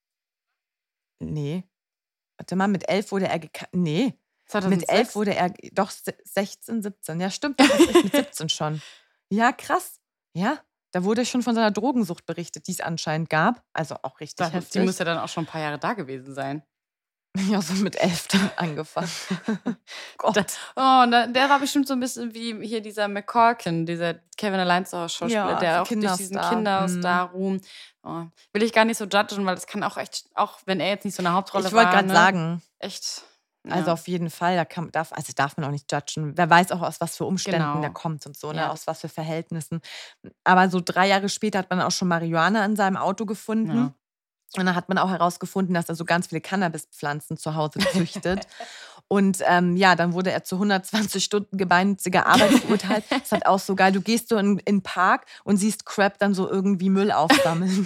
Nee. Warte mal, mit elf wurde er geka- Nee. zweitausendsechs? Mit elf wurde er, doch sechzehn, siebzehn. Ja, stimmt, das ist mit siebzehn schon. Ja, krass. Ja, da wurde schon von seiner Drogensucht berichtet, die es anscheinend gab. Also auch richtig das, heftig. Die muss ja dann auch schon ein paar Jahre da gewesen sein. Ja, so mit elf dann angefangen. Gott. Da, oh, und der war bestimmt so ein bisschen wie hier dieser McCorkin, dieser Kevin Allein zu Hause Schauspieler, ja, der auch durch diesen Kinderstar-Ruhm. Oh, will ich gar nicht so judgen, weil das kann auch echt, auch wenn er jetzt nicht so eine Hauptrolle ich war. Ich wollte gerade ne? sagen. Echt. Ja. Also auf jeden Fall, da kann, darf, also darf man auch nicht judgen. Wer weiß auch, aus was für Umständen genau. der kommt und so, ne? Ja. Aus was für Verhältnissen. Aber so drei Jahre später hat man auch schon Marihuana in seinem Auto gefunden. Ja. Und dann hat man auch herausgefunden, dass er so ganz viele Cannabispflanzen zu Hause züchtet. Und ähm, ja, dann wurde er zu hundertzwanzig Stunden gemeinnütziger Arbeit verurteilt. Das ist halt auch so geil. Du gehst so in den Park und siehst Crabbe dann so irgendwie Müll aufsammeln.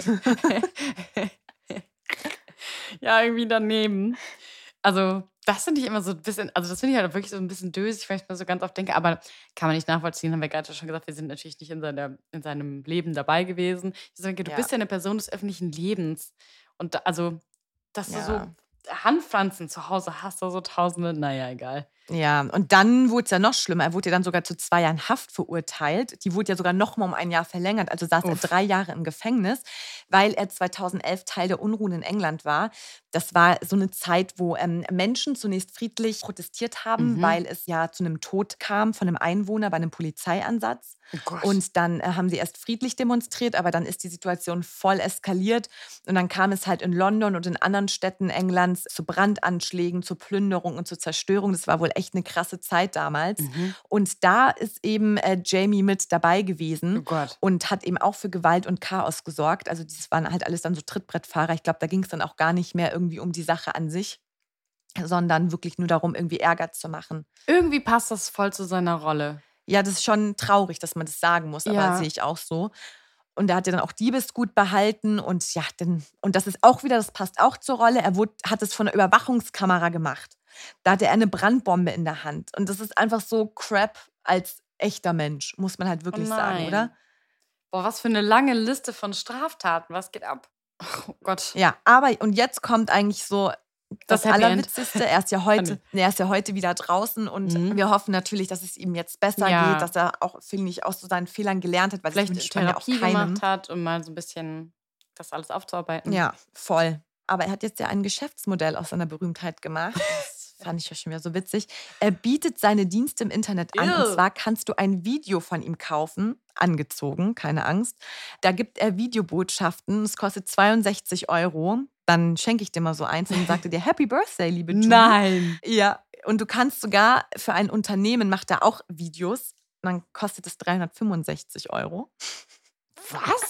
Ja, irgendwie daneben. Also das finde ich immer so ein bisschen, also das finde ich halt wirklich so ein bisschen dösig, wenn ich mir so ganz oft denke, aber kann man nicht nachvollziehen, haben wir gerade schon gesagt, wir sind natürlich nicht in, seiner, in seinem Leben dabei gewesen. Ich denke, du Ja. bist ja eine Person des öffentlichen Lebens und da, also, dass Ja. du so Handpflanzen zu Hause hast, oder so tausende, naja, egal. Ja, und dann wurde es ja noch schlimmer. Er wurde ja dann sogar zu zwei Jahren Haft verurteilt. Die wurde ja sogar noch mal um ein Jahr verlängert. Also saß Uff. er drei Jahre im Gefängnis, weil er zweitausendelf Teil der Unruhen in England war. Das war so eine Zeit, wo ähm, Menschen zunächst friedlich protestiert haben, Mhm. weil es ja zu einem Tod kam von einem Einwohner bei einem Polizeieinsatz. Oh Gott. Und dann äh, haben sie erst friedlich demonstriert, aber dann ist die Situation voll eskaliert. Und dann kam es halt in London und in anderen Städten Englands zu Brandanschlägen, zur Plünderung und zur Zerstörung. Das war wohl echt eine krasse Zeit damals. Mhm. Und da ist eben äh, Jamie mit dabei gewesen Oh Gott. und hat eben auch für Gewalt und Chaos gesorgt. Also das waren halt alles dann so Trittbrettfahrer. Ich glaube, da ging es dann auch gar nicht mehr irgendwie um die Sache an sich, sondern wirklich nur darum, irgendwie Ärger zu machen. Irgendwie passt das voll zu seiner Rolle. Ja, das ist schon traurig, dass man das sagen muss, aber Ja. sehe ich auch so. Und er hat ja dann auch Diebesgut behalten und ja, denn, und das ist auch wieder, das passt auch zur Rolle, er wurde, hat es von der Überwachungskamera gemacht. Da hatte er eine Brandbombe in der Hand. Und das ist einfach so Crap als echter Mensch, muss man halt wirklich Oh sagen, nein. oder? Boah, was für eine lange Liste von Straftaten. Was geht ab? Oh Gott. Ja, aber und jetzt kommt eigentlich so das, Das Happy End. Allerwitzigste. Er ist ja heute, nee, er ist ja heute wieder draußen und Mhm. wir hoffen natürlich, dass es ihm jetzt besser Ja. geht, dass er auch, finde ich, aus so seinen Fehlern gelernt hat, weil Vielleicht das wünscht man ja auch Therapie keinem. gemacht hat, um mal so ein bisschen das alles aufzuarbeiten. Ja, voll. Aber er hat jetzt ja ein Geschäftsmodell aus seiner Berühmtheit gemacht. Das fand ich ja schon wieder so witzig. Er bietet seine Dienste im Internet an. Ew. Und zwar kannst du ein Video von ihm kaufen, angezogen, keine Angst. Da gibt er Videobotschaften. Es kostet zweiundsechzig Euro. Dann schenke ich dir mal so eins und sagte dir Happy Birthday, liebe Julie. Nein. Ja, und du kannst sogar für ein Unternehmen, macht er auch Videos. Und dann kostet es dreihundertfünfundsechzig Euro. Was?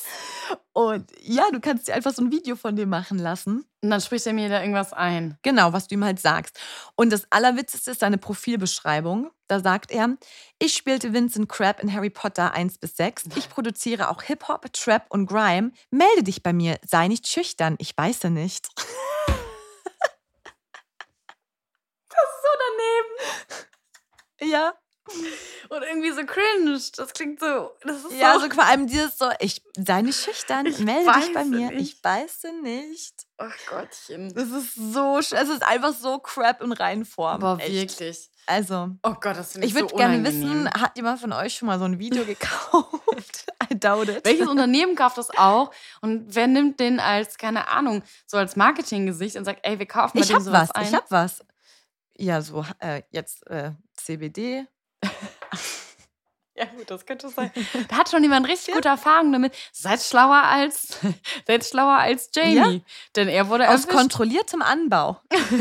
Und ja, du kannst dir einfach so ein Video von dem machen lassen. Und dann spricht er mir da irgendwas ein. Genau, was du ihm halt sagst. Und das Allerwitzigste ist seine Profilbeschreibung. Da sagt er, ich spielte Vincent Crabbe in Harry Potter eins bis sechs. Ich produziere auch Hip-Hop, Trap und Grime. Melde dich bei mir, sei nicht schüchtern, ich beiße nicht. Das ist so daneben. Ja. Und irgendwie so cringe. Das klingt so. Das ist Ja, so, so vor allem dieses so, ich sei nicht schüchtern, Ich melde dich bei beiße mir, nicht. ich beiße nicht. Ach Gottchen. Das ist so, sch- es ist einfach so Crap in Reinform. Aber Echt. wirklich. Also, Oh Gott, das finde ich ich würde so gerne unangenehm. wissen, hat jemand von euch schon mal so ein Video gekauft? I doubt it. Welches Unternehmen kauft das auch? Und wer nimmt den als, keine Ahnung, so als Marketinggesicht und sagt, ey, wir kaufen bei Ich dem hab sowas was, ein? ich hab was. Ja, so äh, jetzt äh, C B D. Ja gut, das könnte sein. Da hat schon jemand richtig gute Erfahrungen damit. Seid schlauer als, seid schlauer als Jamie. Denn er wurde Aus erwischt. kontrolliertem Anbau.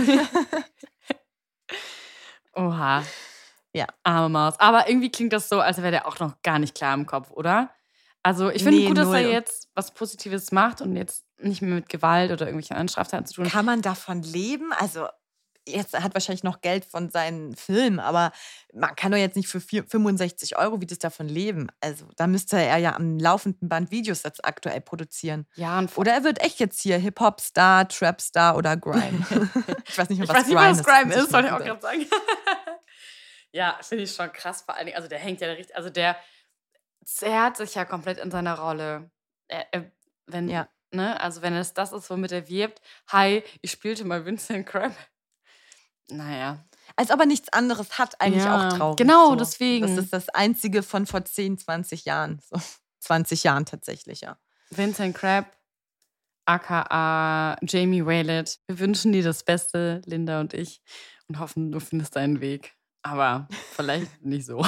Oha. Ja. Arme Maus. Aber irgendwie klingt das so, als wäre der auch noch gar nicht klar im Kopf, oder? Also ich finde Nee, gut, dass null. er jetzt was Positives macht und jetzt nicht mehr mit Gewalt oder irgendwelchen anderen Straftaten zu tun hat. Kann man davon leben? Also, jetzt hat wahrscheinlich noch Geld von seinen Filmen, aber man kann doch jetzt nicht für vier- fünfundsechzig Euro wie das davon leben. Also, da müsste er ja am laufenden Band Videos jetzt aktuell produzieren. Ja, und Oder er wird echt jetzt hier Hip-Hop-Star, Trap-Star oder Grime. ich weiß nicht mehr, ich was weiß nicht, Grime was ist. Grime Das muss ist, ich wollte ich mal auch gerade sagen. Ja, finde ich schon krass, vor allen Dingen. Also der hängt ja richtig, also der zerrt sich ja komplett in seiner Rolle. Er, er, wenn, Ja. ne, also wenn es das ist, womit er wirbt, hi, ich spielte mal Vincent Crabbe. Naja. Als ob er nichts anderes hat, eigentlich Ja, auch traurig. genau, so. deswegen. Das ist das Einzige von vor zehn, zwanzig Jahren. So. zwanzig Jahren tatsächlich, ja. Vincent Crabbe, aka Jamie Waylett. Wir wünschen dir das Beste, Linda und ich, und hoffen, du findest deinen Weg. Aber vielleicht nicht so.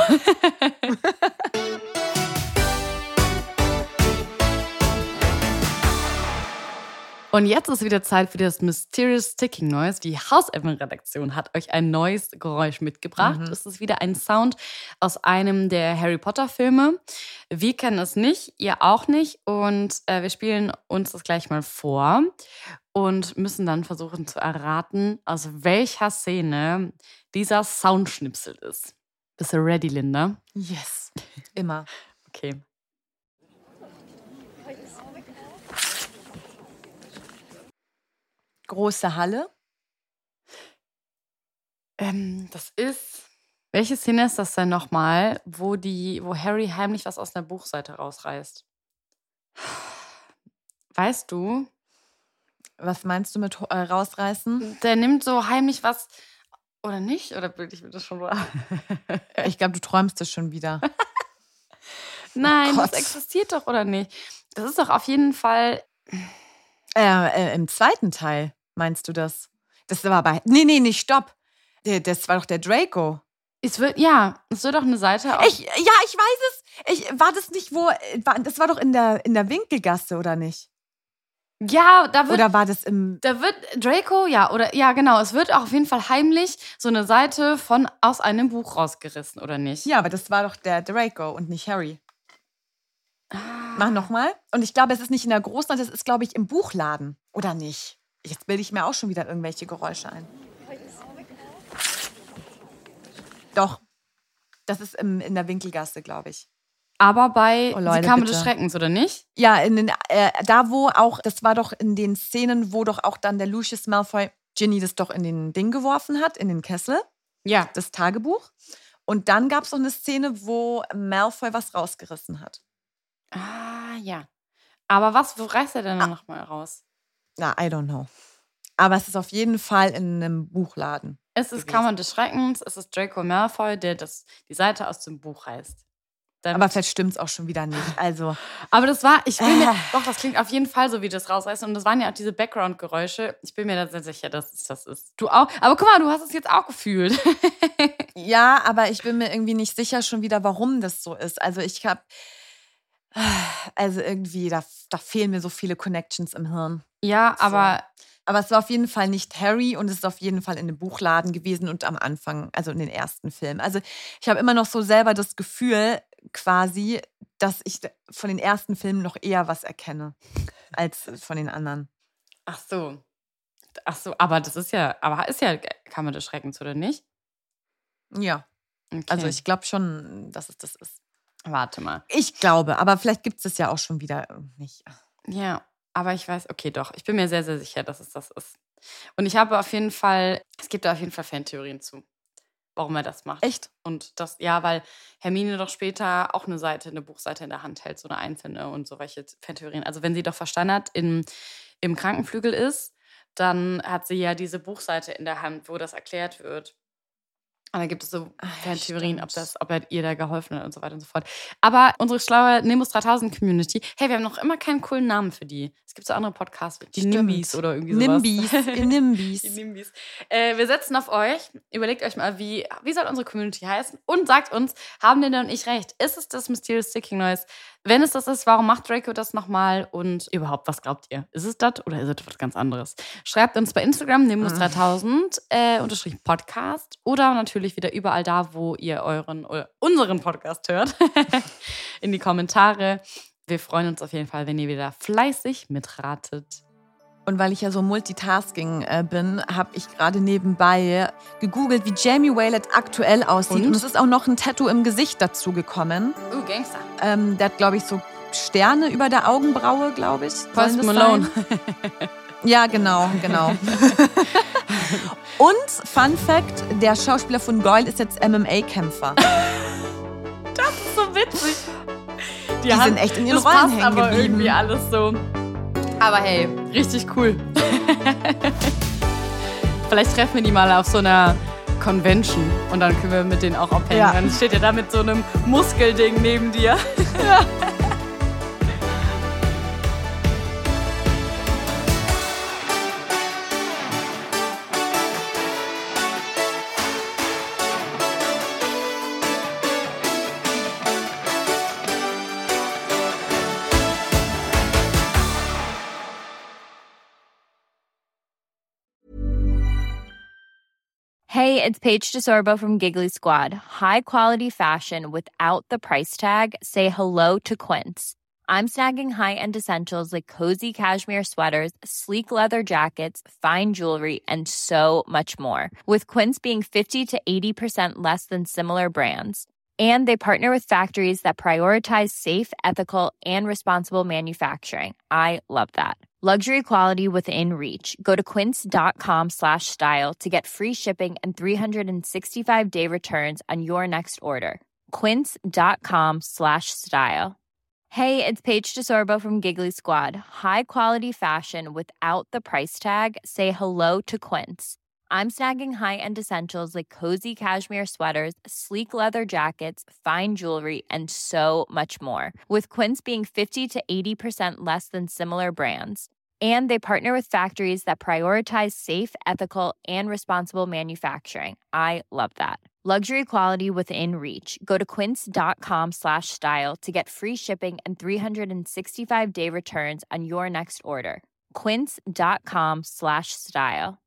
Und jetzt ist wieder Zeit für das Mysterious Ticking Noise. Die Hauselfen-Redaktion hat euch ein neues Geräusch mitgebracht. Mhm. Es ist wieder ein Sound aus einem der Harry Potter-Filme. Wir kennen es nicht, ihr auch nicht. Und äh, wir spielen uns das gleich mal vor und müssen dann versuchen zu erraten, aus welcher Szene dieser Soundschnipsel ist. Bist du ready, Linda? Yes. Immer. Okay. Große Halle. Ähm, das ist. Welche Szene ist das denn nochmal, wo, die, wo Harry heimlich was aus einer Buchseite rausreißt? Weißt du? Was meinst du mit äh, rausreißen? Der nimmt so heimlich was. Oder nicht? Oder bilde ich mir das schon wahr? Ich glaube, du träumst das schon wieder. Nein, Oh das Gott. existiert doch, oder nicht? Das ist doch auf jeden Fall. Äh, äh, Im zweiten Teil meinst du das? Das war bei. Nee, nee, nee, stopp. Der, das war doch der Draco. Es wird, ja, es wird doch eine Seite auf. Ich, ja, ich weiß es. Ich, war das nicht, wo. War, das war doch in der, in der Winkelgasse, oder nicht? Ja, da wird. Oder war das im. Da wird Draco, ja, oder ja, genau, es wird auch auf jeden Fall heimlich so eine Seite von aus einem Buch rausgerissen, oder nicht? Ja, aber das war doch der Draco und nicht Harry. Mach nochmal. Und ich glaube, es ist nicht in der Großstadt, es ist, glaube ich, im Buchladen. Oder nicht? Jetzt bilde ich mir auch schon wieder irgendwelche Geräusche ein. Doch. Das ist im, in der Winkelgasse, glaube ich. Aber bei Oh, Leute, Die Kammer bitte. des Schreckens, oder nicht? Ja, in den, äh, da wo auch, das war doch in den Szenen, wo doch auch dann der Lucius Malfoy Ginny das doch in den Ding geworfen hat, in den Kessel, Ja. das Tagebuch. Und dann gab es noch eine Szene, wo Malfoy was rausgerissen hat. Ah, ja. Aber was, wo reißt er denn dann nochmal raus? Na, I don't know. Aber es ist auf jeden Fall in einem Buchladen. Es ist gewesen. Kammer des Schreckens, es ist Draco Malfoy, der das, die Seite aus dem Buch reißt. Dann, Aber vielleicht stimmt es auch schon wieder nicht. Also, aber das war, ich bin mir, Äh. doch, das klingt auf jeden Fall so, wie das rausreißt. Und das waren ja auch diese Background-Geräusche. Ich bin mir da sehr sicher, dass es das ist. Du auch. Aber guck mal, du hast es jetzt auch gefühlt. ja, aber ich bin mir irgendwie nicht sicher schon wieder, warum das so ist. Also ich habe, also irgendwie, da, da fehlen mir so viele Connections im Hirn. Ja, aber Aber es war auf jeden Fall nicht Harry und es ist auf jeden Fall in einem Buchladen gewesen und am Anfang, also in den ersten Filmen. Also ich habe immer noch so selber das Gefühl, quasi, dass ich von den ersten Filmen noch eher was erkenne als von den anderen. Ach so. Ach so, aber das ist ja, aber ist ja Kammer des Schreckens, oder nicht? Ja. Okay. Also ich glaube schon, dass es das ist. Warte mal. Ich glaube, aber vielleicht gibt es das ja auch schon wieder nicht. Ja, aber ich weiß, okay, doch. Ich bin mir sehr, sehr sicher, dass es das ist. Und ich habe auf jeden Fall, es gibt da auf jeden Fall Fantheorien zu, warum er das macht. Echt? Und das, ja, weil Hermine doch später auch eine Seite, eine Buchseite in der Hand hält, so eine einzelne und so welche Fantheorien. Also wenn sie doch versteinert in, im Krankenflügel ist, dann hat sie ja diese Buchseite in der Hand, wo das erklärt wird. Und dann gibt es so Fantheorien, ob, das, ob er ihr da geholfen hat und so weiter und so fort. Aber unsere schlaue Nimbus dreitausend Community, hey, wir haben noch immer keinen coolen Namen für die. Es gibt so andere Podcasts, die Stimmt. Nimbis oder irgendwie sowas. Nimbis, ihr Nimbis. Die Nimbis. Äh, wir setzen auf euch. Überlegt euch mal, wie, wie soll unsere Community heißen? Und sagt uns, haben Linda und ich recht? Ist es das Mysterious Sticking Noise? Wenn es das ist, warum macht Draco das nochmal? Und überhaupt, was glaubt ihr? Ist es das oder ist es was ganz anderes? Schreibt uns bei Instagram, Nimbus dreitausend, äh, unterstrich Podcast. Oder natürlich wieder überall da, wo ihr euren oder unseren Podcast hört. In die Kommentare. Wir freuen uns auf jeden Fall, wenn ihr wieder fleißig mitratet. Und weil ich ja so Multitasking äh, bin, habe ich gerade nebenbei gegoogelt, wie Jamie Waylett aktuell aussieht. Und? Und es ist auch noch ein Tattoo im Gesicht dazu gekommen. Uh, Gangster. Ähm, der hat, glaube ich, so Sterne über der Augenbraue, glaube ich. Post Malone. Ja, genau, genau. Und Fun Fact, der Schauspieler von Goyle ist jetzt M M A-Kämpfer. Das ist so witzig. Die, Die haben, sind echt in ihren Rollen hängen aber geblieben. Irgendwie alles so. Aber hey, richtig cool. Vielleicht treffen wir die mal auf so einer Convention und dann können wir mit denen auch abhängen. Ja. Dann steht er da mit so einem Muskelding neben dir. Ja. Hey, it's Paige DeSorbo from Giggly Squad. High quality fashion without the price tag. Say hello to Quince. I'm snagging high-end essentials like cozy cashmere sweaters, sleek leather jackets, fine jewelry, and so much more. With Quince being fifty to eighty percent less than similar brands. And they partner with factories that prioritize safe, ethical, and responsible manufacturing. I love that. Luxury quality within reach. Go to quince.com slash style to get free shipping and three sixty-five day returns on your next order. Quince.com slash style. Hey, it's Paige DeSorbo from Giggly Squad. High quality fashion without the price tag. Say hello to Quince. I'm snagging high-end essentials like cozy cashmere sweaters, sleek leather jackets, fine jewelry, and so much more. With Quince being fifty to eighty percent less than similar brands. And they partner with factories that prioritize safe, ethical, and responsible manufacturing. I love that. Luxury quality within reach. Go to quince.com slash style to get free shipping and three sixty-five day returns on your next order. Quince.com slash style.